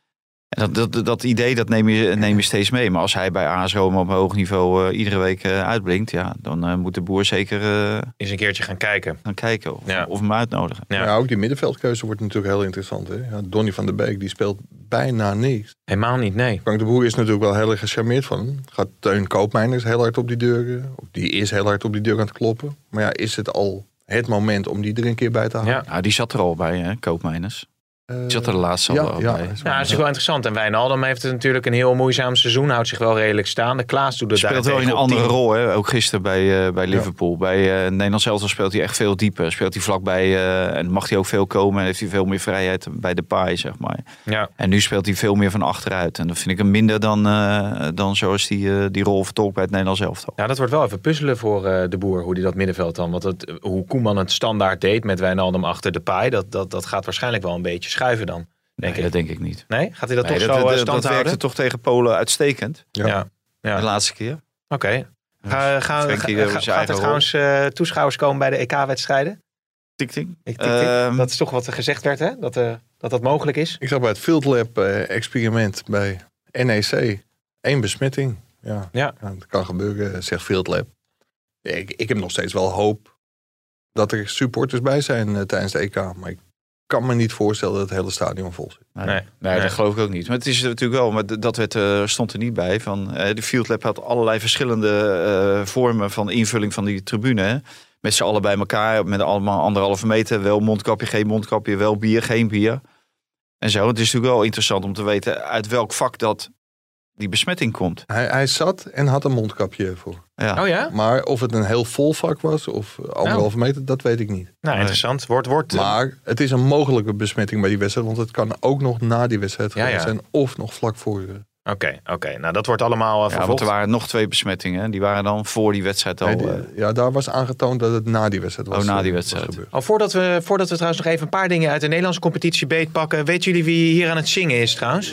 En dat, dat, dat idee dat neem, je, neem je steeds mee. Maar als hij bij A S Roma op hoog niveau uh, iedere week uh, uitblinkt, ja, dan uh, moet de boer zeker uh,
Eens een keertje gaan kijken.
gaan kijken of,
Ja.
of hem uitnodigen.
Ja.
Ja, ook die middenveldkeuze wordt natuurlijk heel interessant. Hè? Ja, Donny van der Beek die speelt bijna niks.
Helemaal niet, nee.
Frank de Boer is natuurlijk wel heel erg gecharmeerd van hem. Gaat Teun Koopmeiners heel hard op die deur. Of die is heel hard op die deur aan het kloppen. Maar ja, is het al het moment om die er een keer bij te halen?
Ja.
Ja, die zat er al bij, hè, Koopmeiners.
Uh,
Die zat er de laatste
ja,
al al
ja,
bij.
is wel-
Nou, dat is wel interessant. En Wijnaldum heeft het natuurlijk een heel moeizaam seizoen. Houdt zich wel redelijk staande. Klaas doet het
Speelt wel in een
daarentegen op
andere
tien.
rol, hè? Ook gisteren bij, uh, bij Liverpool. Bij uh, Nederlands elftal speelt hij echt veel dieper. Speelt hij vlakbij uh, en mag hij ook veel komen. En heeft hij veel meer vrijheid bij de paai, zeg maar.
Ja.
En nu speelt hij veel meer van achteruit. En dat vind ik hem minder dan, uh, dan zoals hij uh, die rol vertolkt bij het Nederlands elftal.
Ja, dat wordt wel even puzzelen voor uh, de Boer. Hoe die dat middenveld dan. Want het, hoe Koeman het standaard deed met Wijnaldum achter de paai. Dat, dat, dat gaat waarschijnlijk wel een beetje schuiven dan. Denk
Nee,
ik.
dat denk ik niet.
Nee? Gaat hij dat
Nee,
toch
dat,
zo uh,
dat,
stand
dat werkte
houden?
toch tegen Polen uitstekend.
Ja.
Ja. Ja.
De laatste keer.
Oké. Ga, ga,
Frenkie,
ga-
uh,
ga-
zijn
gaat er
eigen
trouwens uh, toeschouwers komen bij de E K-wedstrijden?
Tik, tik.
Ik tik, tik.
Ehm,
Dat is toch wat er gezegd werd, hè? Dat, uh, dat dat mogelijk is.
Ik zag bij het Field Lab uh, experiment bij N E C één besmetting. Ja,
Ja.
ja, dat kan gebeuren, zegt Field Lab. Ja, ik, ik heb nog steeds wel hoop dat er supporters bij zijn uh, tijdens de E K. Maar ik kan me niet voorstellen dat het hele stadion vol zit.
Nee,
Nee.
nee,
Nee.
dat geloof ik ook niet. Maar het is natuurlijk wel, maar dat werd, uh, stond er niet bij. Van, uh, de Field Lab had allerlei verschillende uh, vormen van invulling van die tribune. Hè. Met z'n allen bij elkaar, met allemaal anderhalve meter. Wel mondkapje, geen mondkapje, wel bier, geen bier. En zo. Het is natuurlijk wel interessant om te weten uit welk vak dat die besmetting komt.
Hij, hij zat en had een mondkapje voor.
Ja.
Oh ja?
Maar of het een heel vol vak was of anderhalve meter, dat weet ik niet.
Nou, interessant. Wordt, wordt, uh,
Maar het is een mogelijke besmetting bij die wedstrijd. Want het kan ook nog na die wedstrijd
Ja,
geweest
ja.
zijn. Of nog vlak voor. uh,
Oké, oké. Nou, dat wordt allemaal uh,
Ja, want
vervolgd.
er waren nog twee besmettingen. Die waren dan voor die wedstrijd al.
Nee, die-
uh,
ja, daar was aangetoond dat het na die wedstrijd was.
Oh, na die
uh,
wedstrijd.
was gebeurd.
Oh, voordat, we, voordat we trouwens nog even een paar dingen uit de Nederlandse competitie beetpakken. Weten jullie wie hier aan het zingen is trouwens?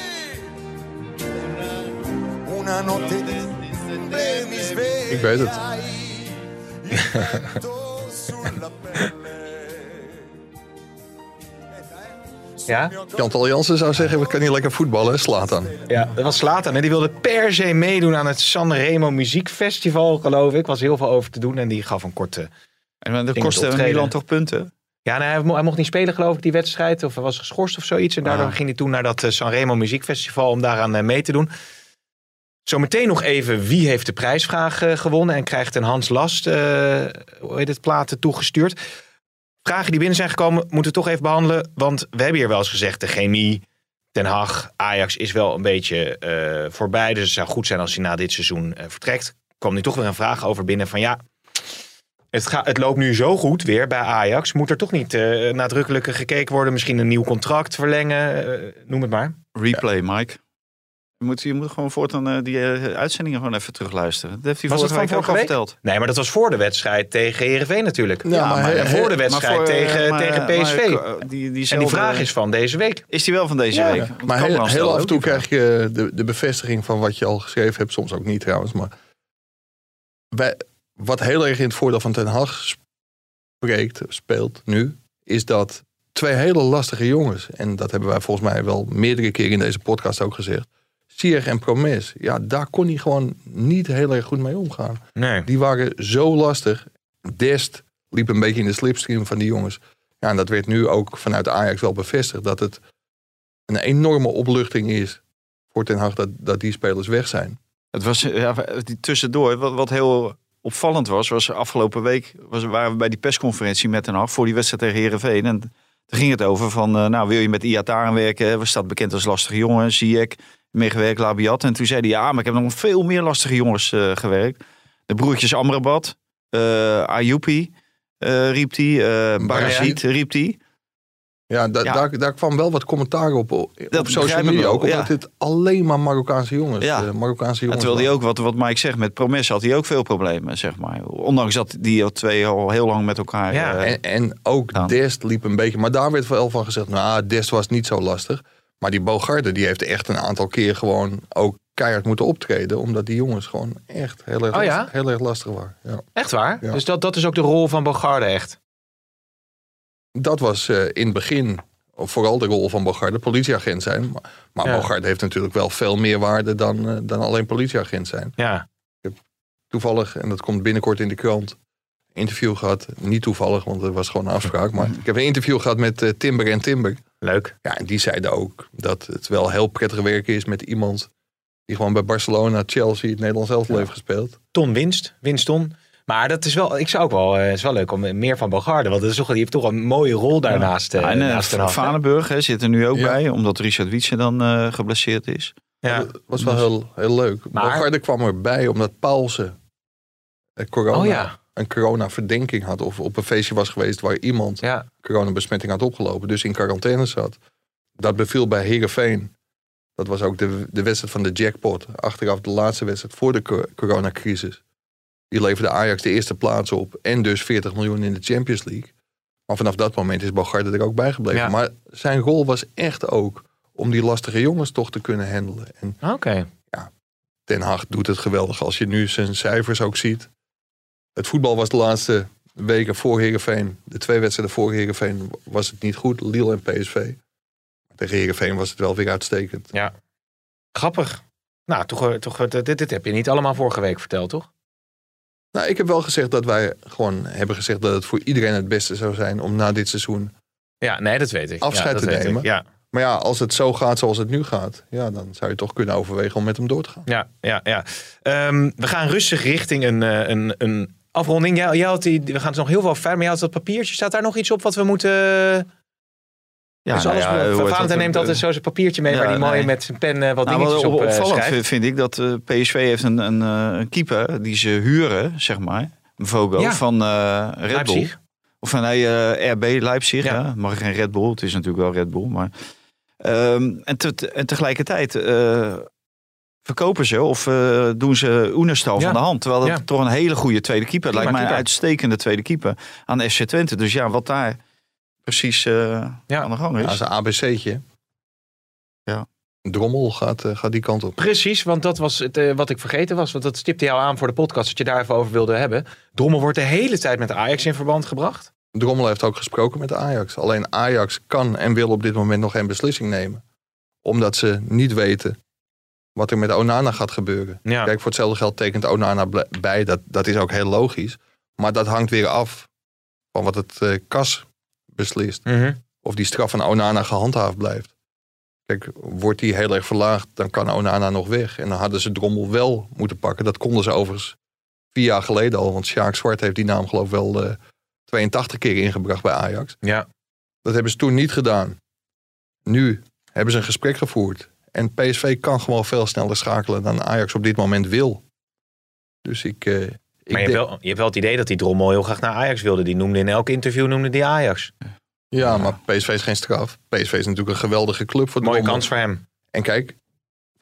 Ik weet het.
Ja?
Chantal Jansen zou zeggen, we kunnen hier lekker voetballen, slaat dan.
Ja, dat was Zlatan. Die wilde per se meedoen aan het Sanremo Muziekfestival, geloof ik. Was heel veel over te doen en die gaf een korte...
en dat
Ging
kostte
het optreden.
Milan toch punten?
Ja, nee, hij, mo- hij mocht niet spelen, geloof ik, die wedstrijd. Of hij was geschorst of zoiets. En daardoor
Ah.
ging hij toen naar dat uh, Sanremo Muziekfestival om daaraan uh, mee te doen. Zometeen nog even wie heeft de prijsvraag uh, gewonnen en krijgt een Hans Last, uh, hoe heet het, platen toegestuurd. Vragen die binnen zijn gekomen moeten we toch even behandelen. Want we hebben hier wel eens gezegd, de chemie, Ten Hag, Ajax is wel een beetje uh, voorbij. Dus het zou goed zijn als hij na dit seizoen uh, vertrekt. Er kwam nu toch weer een vraag over binnen van ja... Het, gaat, het loopt nu zo goed weer bij Ajax. Moet er toch niet uh, nadrukkelijker gekeken worden? Misschien een nieuw contract verlengen? Uh, noem het maar.
Replay, Mike. Je moet, je moet gewoon voortaan uh, die uh, uitzendingen gewoon even terugluisteren. Dat heeft hij
Was
vorige
het van
week ook al
vorige week?
verteld.
Nee, maar dat was voor de wedstrijd tegen Heerenveen natuurlijk.
Ja,
Ja,
maar
maar
he-
en voor de
he-
wedstrijd
voor,
tegen,
maar,
tegen P S V.
Maar, die, die
en die vraag is van deze week.
Is die wel van deze
Ja.
week?
Ja.
Want
Maar
kan
heel,
wel
heel
stellen
af en toe
ook die
krijg je de, de bevestiging van wat je al geschreven hebt. Soms ook niet trouwens. Maar wij, wat heel erg in het voordeel van Ten Hag spreekt, speelt nu, is dat twee hele lastige jongens, en dat hebben wij volgens mij wel meerdere keren in deze podcast ook gezegd, Ziyech en Promes, ja, daar kon hij gewoon niet heel erg goed mee omgaan.
Nee.
Die waren zo lastig. Dest liep een beetje in de slipstream van die jongens. Ja, en dat werd nu ook vanuit Ajax wel bevestigd, dat het een enorme opluchting is voor Ten Hag dat, dat die spelers weg zijn.
Het was ja, die tussendoor, wat, wat heel opvallend was, was afgelopen week was, waren we bij die persconferentie met Ten Hag voor die wedstrijd tegen Heerenveen. En daar ging het over van, uh, nou wil je met Iataren werken? We staat bekend als lastige jongen, Ziyech, meegewerkt, Labiat. En toen zei hij, ja, maar ik heb nog veel meer lastige jongens uh, gewerkt. De broertjes Amrabat, uh, Ayoupi, uh, riep hij, uh, Barazit riep hij.
Ja, da-
Ja.
Daar, daar kwam wel wat commentaar op op
begrijp
social
ik
media
wel,
ook, omdat
ja.
het alleen maar Marokkaanse jongens,
Ja.
uh, Marokkaanse
En
jongens
terwijl hij
waren.
ook, wat, wat Mike zegt, met Promes had hij ook veel problemen, zeg maar. Ondanks dat die al twee al heel lang met elkaar...
Ja.
uh,
En, en ook
Dan.
Dest liep een beetje, maar daar werd wel van gezegd, nou, Dest was niet zo lastig. Maar die Bogarde, die heeft echt een aantal keer gewoon ook keihard moeten optreden, omdat die jongens gewoon echt heel erg,
Oh ja?
lastig, heel erg lastig waren. Ja.
Echt waar?
Ja.
Dus dat, dat is ook de rol van Bogarde echt?
Dat was uh, in het begin vooral de rol van Bogarde, politieagent zijn. Maar, maar
Ja.
Bogarde heeft natuurlijk wel veel meer waarde dan, uh, dan alleen politieagent zijn.
Ja.
Toevallig, en dat komt binnenkort in de krant, interview gehad. Niet toevallig, want er was gewoon een afspraak. Maar ik heb een interview gehad met uh, Timber en Timber.
Leuk.
Ja, en die zeiden ook dat het wel heel prettig werken is met iemand die gewoon bij Barcelona, Chelsea, het Nederlands elftal
Ja.
heeft gespeeld.
Ton winst, Winston. Maar dat is wel, ik zou ook wel, het is wel leuk om meer van Bogarde, want dat is toch, die heeft toch een mooie rol daarnaast.
ja,
uh,
en uh,
naast Ten Hag, hè?
Vanenburg hè, zit er nu ook
Ja.
bij, omdat Richard Wietse dan uh, geblesseerd is.
Ja.
Dat was wel heel, heel leuk.
Maar-
Bogarde kwam erbij omdat Paulsen uh, corona,
Oh ja.
een corona-verdenking had. Of op een feestje was geweest waar iemand
Ja.
coronabesmetting had opgelopen. Dus in quarantaine zat. Dat beviel bij Heerenveen. Dat was ook de, de wedstrijd van de jackpot. Achteraf de laatste wedstrijd voor de co- coronacrisis. Die leverde Ajax de eerste plaats op. En dus veertig miljoen in de Champions League. Maar vanaf dat moment is Bogarde er ook bij gebleven.
Ja.
Maar zijn rol was echt ook om die lastige jongens toch te kunnen handelen. En
Oké.
Ten Hag doet het geweldig. Als je nu zijn cijfers ook ziet. Het voetbal was de laatste weken voor Heerenveen. De twee wedstrijden voor Heerenveen was het niet goed. Lille en P S V. Tegen Heerenveen was het wel weer uitstekend.
Ja. Grappig. Nou, toch, toch, dit, dit heb je niet allemaal vorige week verteld, toch?
Nou, ik heb wel gezegd dat wij gewoon hebben gezegd dat het voor iedereen het beste zou zijn om na dit seizoen.
Ja, nee, dat weet ik.
Afscheid
ja, dat
te
weet
nemen.
ik. Ja,
Maar ja, als het zo gaat zoals het nu gaat, ja, dan zou je toch kunnen overwegen om met hem door te gaan.
ja, ja. ja. Ehm, we gaan rustig richting een, eh, een, een afronding. Jij, jij had die, we gaan het nog heel veel verder, maar jij had dat papiertje. Staat daar nog iets op wat we moeten...
Ja,
dus
nou
alles,
ja, hoe heet
Valentijn
dat?
neemt altijd zo zijn papiertje mee
Ja,
waar hij mooi
nee.
met zijn pen eh, wat
Nou,
dingetjes
wat
op eh,
opvallend
schrijft.
vind ik dat uh, P S V heeft een, een, uh, een keeper die ze huren, zeg maar. Een Vogel
Ja.
van uh, Red Bull.
Leipzig.
Of van nee, uh, R B Leipzig.
Ja.
Ja. Mag geen Red Bull. Het is natuurlijk wel Red Bull. Maar, um, en, te, en tegelijkertijd uh, verkopen ze of uh, doen ze Oenerstal
Ja.
van de hand. Terwijl dat
Ja.
toch een hele goede tweede keeper
Prima
lijkt mij een
keeper.
uitstekende tweede keeper aan F C Twente. Dus ja, wat daar precies uh,
Ja.
aan de gang is.
Ja, zijn A B C'tje.
Ja.
Drommel gaat, uh, gaat die kant op.
Precies, want dat was het, uh, wat ik vergeten was. Want dat stipte jou aan voor de podcast, dat je daar even over wilde hebben. Drommel wordt de hele tijd met Ajax in verband gebracht.
Drommel heeft ook gesproken met Ajax. Alleen Ajax kan en wil op dit moment nog geen beslissing nemen. Omdat ze niet weten wat er met Onana gaat gebeuren.
Ja.
Kijk, voor hetzelfde geld tekent Onana bl- bij. Dat, dat is ook heel logisch. Maar dat hangt weer af van wat het uh, K A S beslist.
Mm-hmm.
Of die straf van Onana gehandhaafd blijft. Kijk, wordt die heel erg verlaagd, dan kan Onana nog weg. En dan hadden ze Drommel wel moeten pakken. Dat konden ze overigens vier jaar geleden al. Want Sjaak Zwart heeft die naam geloof ik wel uh, tweeëntachtig keer ingebracht bij Ajax.
Ja.
Dat hebben ze toen niet gedaan. Nu hebben ze een gesprek gevoerd. En P S V kan gewoon veel sneller schakelen dan Ajax op dit moment wil. Dus ik... Uh, ik
Maar je hebt, wel, je hebt wel het idee dat die Drommel heel graag naar Ajax wilde. Die noemde in elk interview noemde die Ajax.
Ja, maar P S V is geen straf. P S V is natuurlijk een geweldige club voor
Mooie
Drommel.
kans voor hem.
En kijk,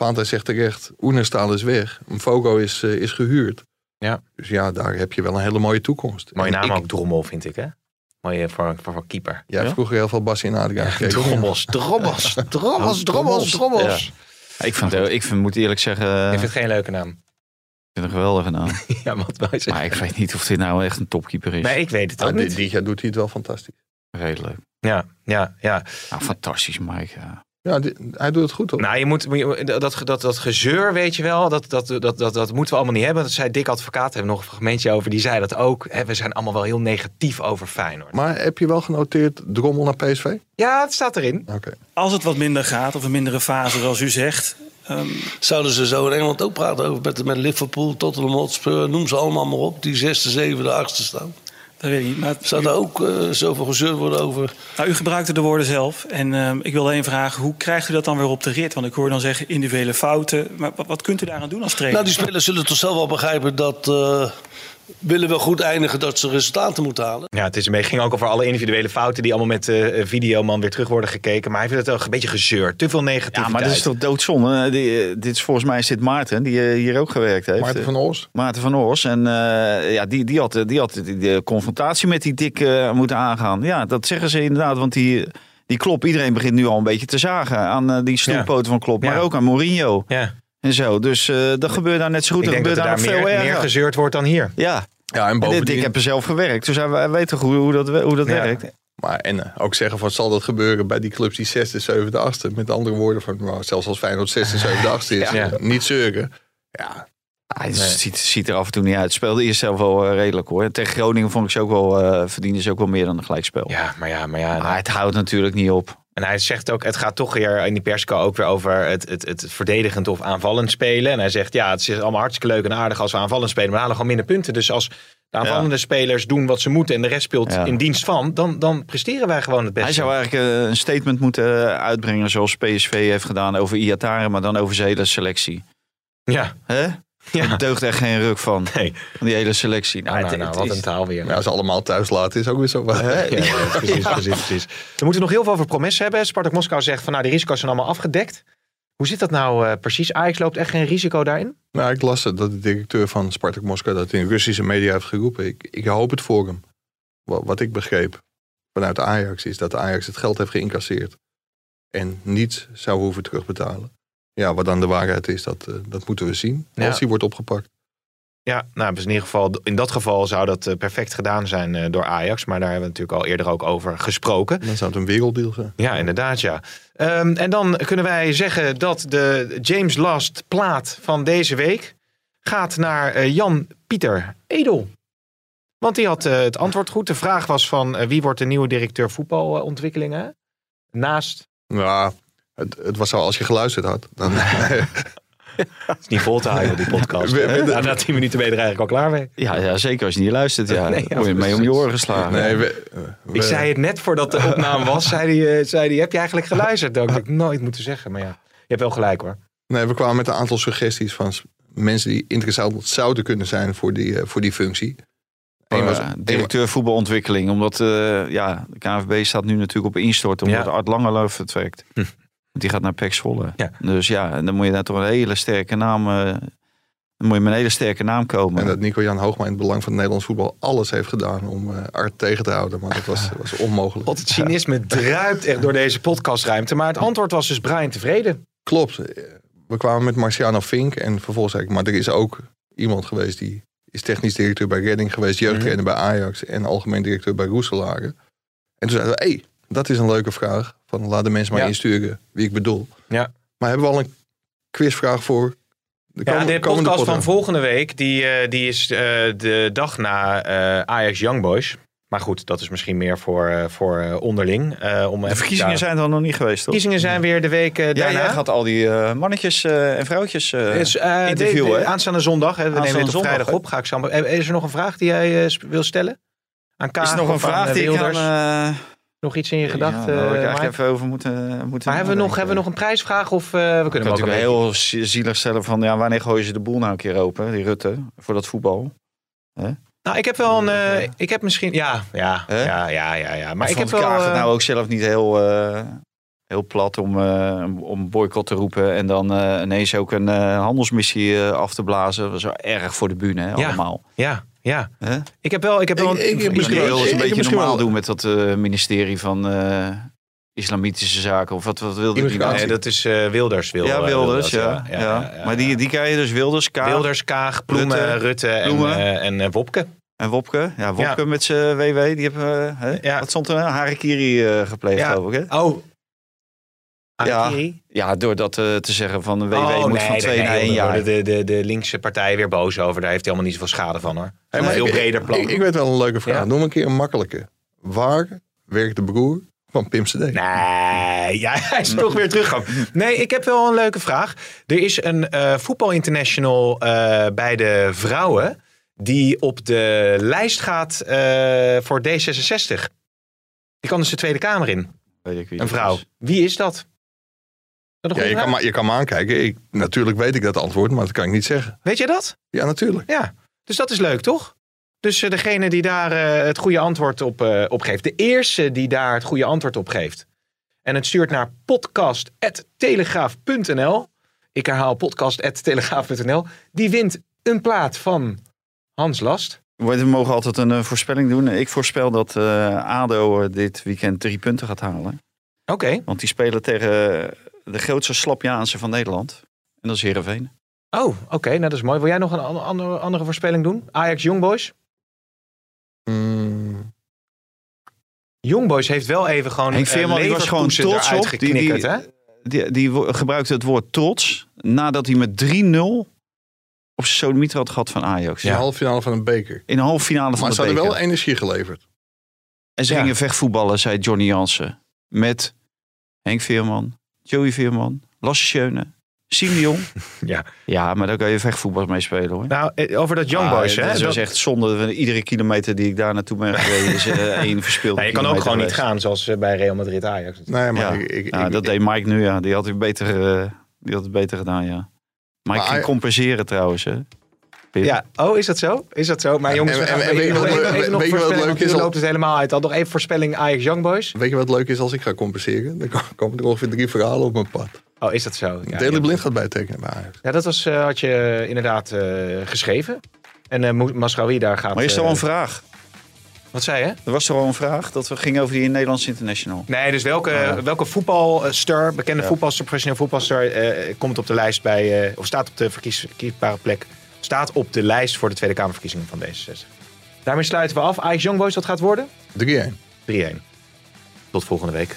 Pante zegt terecht, Oenerstal is weg. Mfogo is, uh, is gehuurd.
Ja.
Dus ja, daar heb je wel een hele mooie toekomst.
Mooie naam
ik,
ook, Drommel, vind ik, hè? Mooie voor, voor, voor keeper.
Jij hebt vroeger heel veel Bassie en Adriaan
Ja,
gekeken.
drommels, drommels, drommels, drommels, drommels.
Ja. Ik, vind, ik vind, moet eerlijk zeggen...
Ik vind het geen leuke naam.
Ik vind het een geweldige naam.
Ja, wat wij zeggen.
Maar ik weet niet of dit nou echt een topkeeper is.
Nee, ik weet het ook
Ah,
niet.
dit, dit jaar doet hij het wel fantastisch.
Redelijk.
Ja, ja, ja.
Nou, fantastisch, Mike. Ja.
Ja, dit, hij doet het goed, hoor.
Nou, je moet, dat, dat, dat gezeur, weet je wel, dat, dat, dat, dat, dat moeten we allemaal niet hebben. Dat zei Dick Advocaat, hebben we nog een fragmentje over, die zei dat ook. Hè, we zijn allemaal wel heel negatief over Feyenoord.
Maar heb je wel genoteerd Drommel naar P S V?
Ja, het staat erin.
Oké. Okay.
Als het wat minder gaat, of een mindere fase, zoals u zegt... Um...
Zouden ze zo in Engeland ook praten over met, met Liverpool, Tottenham Hotspur, noem ze allemaal maar op, die zesde, zevende, achtste staan?
Dat weet ik niet. Maar
zou er ook uh, zoveel gezeurd worden over?
Nou, u gebruikte de woorden zelf. En uh, ik wilde even vragen, hoe krijgt u dat dan weer op de rit? Want ik hoor dan zeggen individuele fouten. Maar wat, wat kunt u daaraan doen als trainer?
Nou, die spelers zullen toch zelf wel begrijpen dat... Uh, willen we goed eindigen dat ze resultaten moeten halen.
Ja, het is een beetje, ging ook over alle individuele fouten die allemaal met uh, videoman weer terug worden gekeken. Maar hij vindt het ook een beetje gezeur. Te veel negativiteit.
Ja, maar dat is toch doodzonde. Die, dit is volgens mij is dit Maarten, die uh, hier ook gewerkt heeft.
Maarten van Oors.
Maarten van Oors. En uh, ja, die, die had, die had die, de confrontatie met die Dick uh, moeten aangaan. Ja, dat zeggen ze inderdaad. Want die, die Klopp, iedereen begint nu al een beetje te zagen aan uh, die stoelpoten ja. van Klopp. Maar ja. ook aan Mourinho.
Ja.
En zo. Dus uh, dat gebeurt daar net zo goed.
Ik denk
dat
dat er daar, daar meer, meer gezeurd wordt dan hier.
Ja.
Ja, en bovendien...
Ik heb er zelf gewerkt, dus hij weet toch hoe, hoe dat, hoe dat ja. werkt.
Maar en ook zeggen van, zal dat gebeuren bij die clubs die zesde, zevende, achtste? Met andere woorden van, nou, zelfs als Feyenoord zesde, zevende, achtste is, ja. niet zeuren. Ja.
Ah, het nee. ziet, ziet er af en toe niet uit. Speelde eerst zelf wel uh, redelijk, hoor. Tegen Groningen vond ik ze ook wel, uh, verdienen ze ook wel meer dan een gelijkspel.
Ja, maar ja, maar ja.
Maar nou. het houdt natuurlijk niet op.
En hij zegt ook, het gaat toch weer in die persco ook weer over het, het, het verdedigend of aanvallend spelen. En hij zegt, ja, het is allemaal hartstikke leuk en aardig als we aanvallend spelen, maar we halen gewoon minder punten. Dus als de aanvallende ja. spelers doen wat ze moeten en de rest speelt ja. in dienst van, dan, dan presteren wij gewoon het beste.
Hij zou eigenlijk uh, een statement moeten uitbrengen zoals P S V heeft gedaan over Iataren, maar dan over zijn hele selectie.
Ja.
Hè? Ja. Er deugt echt geen ruk van.
Nee.
Van die hele selectie.
Nou, nou, nou, nou wat
is...
een taal weer.
Ja, als ze allemaal thuis laten is ook weer zo.
Ja, ja, ja, precies, ja. precies, precies. We moeten nog heel veel over Promes hebben. Spartak Moskou zegt van nou, die risico's zijn allemaal afgedekt. Hoe zit dat nou uh, precies? Ajax loopt echt geen risico daarin?
Nou, ik las dat de directeur van Spartak Moskou dat in Russische media heeft geroepen. Ik, ik hoop het voor hem. Wat, wat ik begreep vanuit Ajax is dat Ajax het geld heeft geïncasseerd. En niets zou hoeven terugbetalen. Ja, wat dan de waarheid is, dat, uh, dat moeten we zien. Als ja. die wordt opgepakt.
Ja, nou, dus in ieder geval, in dat geval zou dat uh, perfect gedaan zijn uh, door Ajax. Maar daar hebben we natuurlijk al eerder ook over gesproken.
Dan zou het een werelddeal zijn.
Ja, inderdaad, ja. Um, en dan kunnen wij zeggen dat de James Last plaat van deze week gaat naar uh, Jan-Pieter Edel. Want die had uh, het antwoord goed. De vraag was van uh, wie wordt de nieuwe directeur voetbalontwikkelingen? Naast...
Ja, het, het was zo als je geluisterd had. Dan...
Het is niet vol te houden, die podcast. Ja, na tien minuten ben je er eigenlijk al klaar mee.
Ja, ja zeker als je niet luistert. Ja. Nee, ja, word je mee om je oren geslagen.
Nee, we, we,
ik zei het net voordat de opname was. Zei hij, zei die, heb je eigenlijk geluisterd? Dat had ik nooit moeten zeggen. Maar ja, je hebt wel gelijk hoor.
Nee, we kwamen met een aantal suggesties van mensen die interessant zouden kunnen zijn voor die, uh, voor die functie.
Eén was, uh, directeur voetbalontwikkeling. Omdat uh, ja, de K N V B staat nu natuurlijk op instort. Omdat ja. Art Langelof vertrekt. Hm. Die gaat naar P E C Zwolle. Ja. Dus ja, dan moet je daar toch een hele sterke naam... Uh, dan moet je met een hele sterke naam komen.
En dat Nico-Jan Hoogma in het belang van het Nederlands voetbal alles heeft gedaan om uh, Art tegen te houden. Maar dat was, was onmogelijk.
God, het cynisme druipt echt door deze podcastruimte. Maar het antwoord was dus Brian tevreden.
Klopt. We kwamen met Marciano Fink. En vervolgens zei ik, maar er is ook iemand geweest die is technisch directeur bij Redding geweest. Jeugdtrainer mm-hmm. bij Ajax. En algemeen directeur bij Roeselare. En toen zeiden we, hé, hey, dat is een leuke vraag. Van laat de mensen maar ja. insturen wie ik bedoel.
Ja.
Maar hebben we al een quizvraag voor de,
ja,
kom,
de
komende
podcast
podcast
van volgende week, die, uh, die is uh, de dag na uh, Ajax Young Boys. Maar goed, dat is misschien meer voor, uh, voor uh, onderling. Uh, om
de verkiezingen daar... zijn er nog niet geweest, toch?
Verkiezingen zijn weer de week uh, daarna.
Ja, jij gaat al die uh, mannetjes uh, en vrouwtjes uh, dus, uh, interviewen. De, de,
aanstaande zondag, hè, we nemen dit op vrijdag op. Ga ik zo, is er nog een vraag die jij uh, wil stellen? Aan Kaag,
is er nog een vraag aan, die ik aan... Uh...
Nog iets in je gedachten?
Ja,
daar
uh, eigenlijk even over moeten, moeten
maar hebben we, nog, hebben we nog een prijsvraag? Of uh, we kunnen hem ook
natuurlijk heel zielig stellen van ja, wanneer gooien ze de boel nou een keer open, die Rutte, voor dat voetbal? Huh?
Nou, ik heb wel een. Uh, ik heb misschien. Ja, ja, huh? ja, ja, ja, ja. Maar
ik, ik
heb
wel.
Kaag
het nou ook zelf niet heel, uh, Heel plat om, uh, om boycott te roepen. En dan uh, ineens ook een uh, handelsmissie uh, af te blazen. Dat was wel erg voor de bühne, hè,
ja.
allemaal.
Ja, ja.
Huh?
Ik heb wel... Ik heb wel
ik, ik, ik,
misschien wil eens een
ik,
beetje
ik,
normaal
wel...
doen met dat uh, ministerie van uh, Islamitische Zaken. Of wat, wat wilde die nou?
Nee, dat is uh, Wilders. Wil,
ja, Wilders,
wil
ja,
dat, ja.
ja, ja, ja. Maar die, die krijg je dus Wilders, Kaag.
Wilders, Kaag, Ploemen, Rutte, Rutte Ploemen. en, uh, en uh, Wopke.
En Wopke, ja, Wopke ja. met zijn W W, die hebben, uh, ja. wat stond er, harikiri uh, gepleegd, ja. geloof ik, hè?
Oh,
ja, ja, door dat uh, te zeggen van de W W oh, moet
nee,
van twee
nee,
naar één jaar.
De, de, de linkse partij weer boos over, daar heeft hij helemaal niet zoveel schade van, hoor.
Hey, maar
een veel
ik,
breder plan.
Ik, ik weet wel een leuke vraag.
Ja?
Noem een keer een makkelijke. Waar werkt de broer van Pim C D?
Nee, ja, hij is toch weer teruggegaan. Nee, ik heb wel een leuke vraag. Er is een uh, voetbalinternational uh, bij de vrouwen die op de lijst gaat uh, voor D zesenzestig. Die kan dus de Tweede Kamer in.
Weet ik wie
een vrouw. Is. Wie is dat?
dat ja, je, kan ma- je kan me aankijken. Ik, natuurlijk weet ik dat antwoord, maar dat kan ik niet zeggen.
Weet je dat?
Ja, natuurlijk.
Ja, dus dat is leuk, toch? Dus uh, degene die daar uh, het goede antwoord op, uh, op geeft. De eerste die daar het goede antwoord op geeft. En het stuurt naar podcast at telegraaf punt n l. Ik herhaal podcast at telegraaf punt n l. Die wint een plaat van Hans Last.
We mogen altijd een uh, voorspelling doen. Ik voorspel dat uh, ADO uh, dit weekend drie punten gaat halen.
Oké. Okay.
Want die spelen tegen de grootste Slapjaanse van Nederland. En dat is Heerenveen.
Oh, oké. Okay. Nou, dat is mooi. Wil jij nog een andere, andere voorspelling doen? Ajax Young Boys?
Mm.
Young Boys heeft wel even gewoon
Henk Veerman, uh, die was gewoon trots op. Die, die,
hè?
Die, die, die gebruikte het woord trots nadat hij met drie nul op zijn sodemieter had gehad van Ajax.
In de halve finale van een beker.
In de halve finale van
maar
de beker.
Maar ze hadden wel energie geleverd.
En ze ja. gingen vechtvoetballen, zei Johnny Jansen. Met Henk Veerman, Joey Veerman, Lasse Schöne, Siem de Jong.
Ja.
Ja, maar daar kan je vechtvoetbal mee spelen, hoor.
Nou, over dat Young Boys, ah, hè?
Dat was echt zonde. Iedere kilometer die ik daar naartoe ben gereden is uh, één verspeeld.
Nou, je kan ook gewoon geweest. Niet gaan, zoals uh, bij Real Madrid Ajax.
Nee, maar
ja.
ik, ik,
ja,
ik,
dat
ik,
deed Mike nu, ja. Die had het beter, uh, die had het beter gedaan, ja. Mike maar ging compenseren trouwens, hè.
Pim. Ja, oh, is dat zo? Is dat zo? Maar jongens,
en, en, en, weet je wat, even, even nog
wat leuk is?
Al...
loopt het helemaal uit. Al nog even voorspelling Ajax Young Boys.
Weet je wat leuk is als ik ga compenseren? Dan komen er ongeveer drie verhalen op mijn pad.
Oh, is dat zo? Ja,
Daley
ja.
Blind gaat bijtekenen bij Ajax.
Ja, dat was, uh, had je uh, inderdaad uh, geschreven. En uh, Masraoui daar gaat...
Maar is er
uh,
al een vraag?
Wat zei je?
Er was toch al een vraag dat we gingen over die Nederlandse international.
Nee, dus welke, oh, ja. welke voetbalster, bekende ja. voetbalster, professioneel voetbalster, uh, komt op de lijst bij, uh, of staat op de verkiesbare plek, staat op de lijst voor de Tweede Kamerverkiezingen van D zesenzestig. Daarmee sluiten we af. Ajax Young Boys, wat gaat worden?
drie-een.
drie-een. Tot volgende week.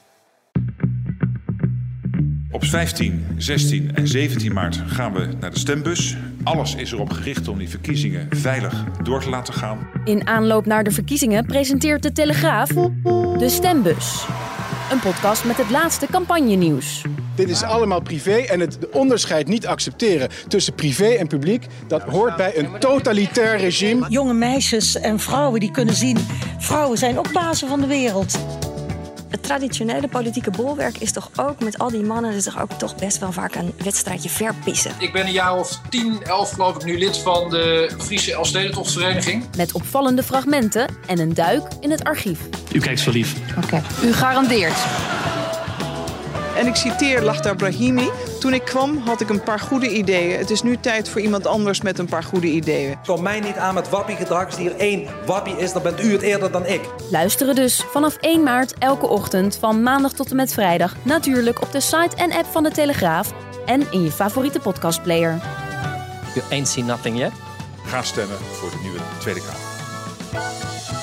Op vijftien, zestien en zeventien maart gaan we naar de stembus. Alles is erop gericht om die verkiezingen veilig door te laten gaan.
In aanloop naar de verkiezingen presenteert de Telegraaf de Stembus. Een podcast met het laatste campagnenieuws.
Dit is allemaal privé en het onderscheid niet accepteren tussen privé en publiek, dat hoort bij een totalitair regime.
Jonge meisjes en vrouwen die kunnen zien, vrouwen zijn ook bazen van de wereld.
Het traditionele politieke bolwerk is toch ook met al die mannen is toch ook toch best wel vaak een wedstrijdje verpissen.
Ik ben een jaar of tien, elf geloof ik nu lid van de Friese Elfstedentochtvereniging.
Met opvallende fragmenten en een duik in het archief.
U kijkt zo lief.
Oké. Okay. U garandeert.
En ik citeer Lakhdar Brahimi. Toen ik kwam had ik een paar goede ideeën. Het is nu tijd voor iemand anders met een paar goede ideeën.
Kom mij niet aan met wappiegedrag. Als er één wappie is, dan bent u het eerder dan ik.
Luisteren dus vanaf één maart elke ochtend van maandag tot en met vrijdag. Natuurlijk op de site en app van de Telegraaf. En in je favoriete podcastplayer.
You ain't seen nothing yet.
Ga stemmen voor de nieuwe Tweede Kamer.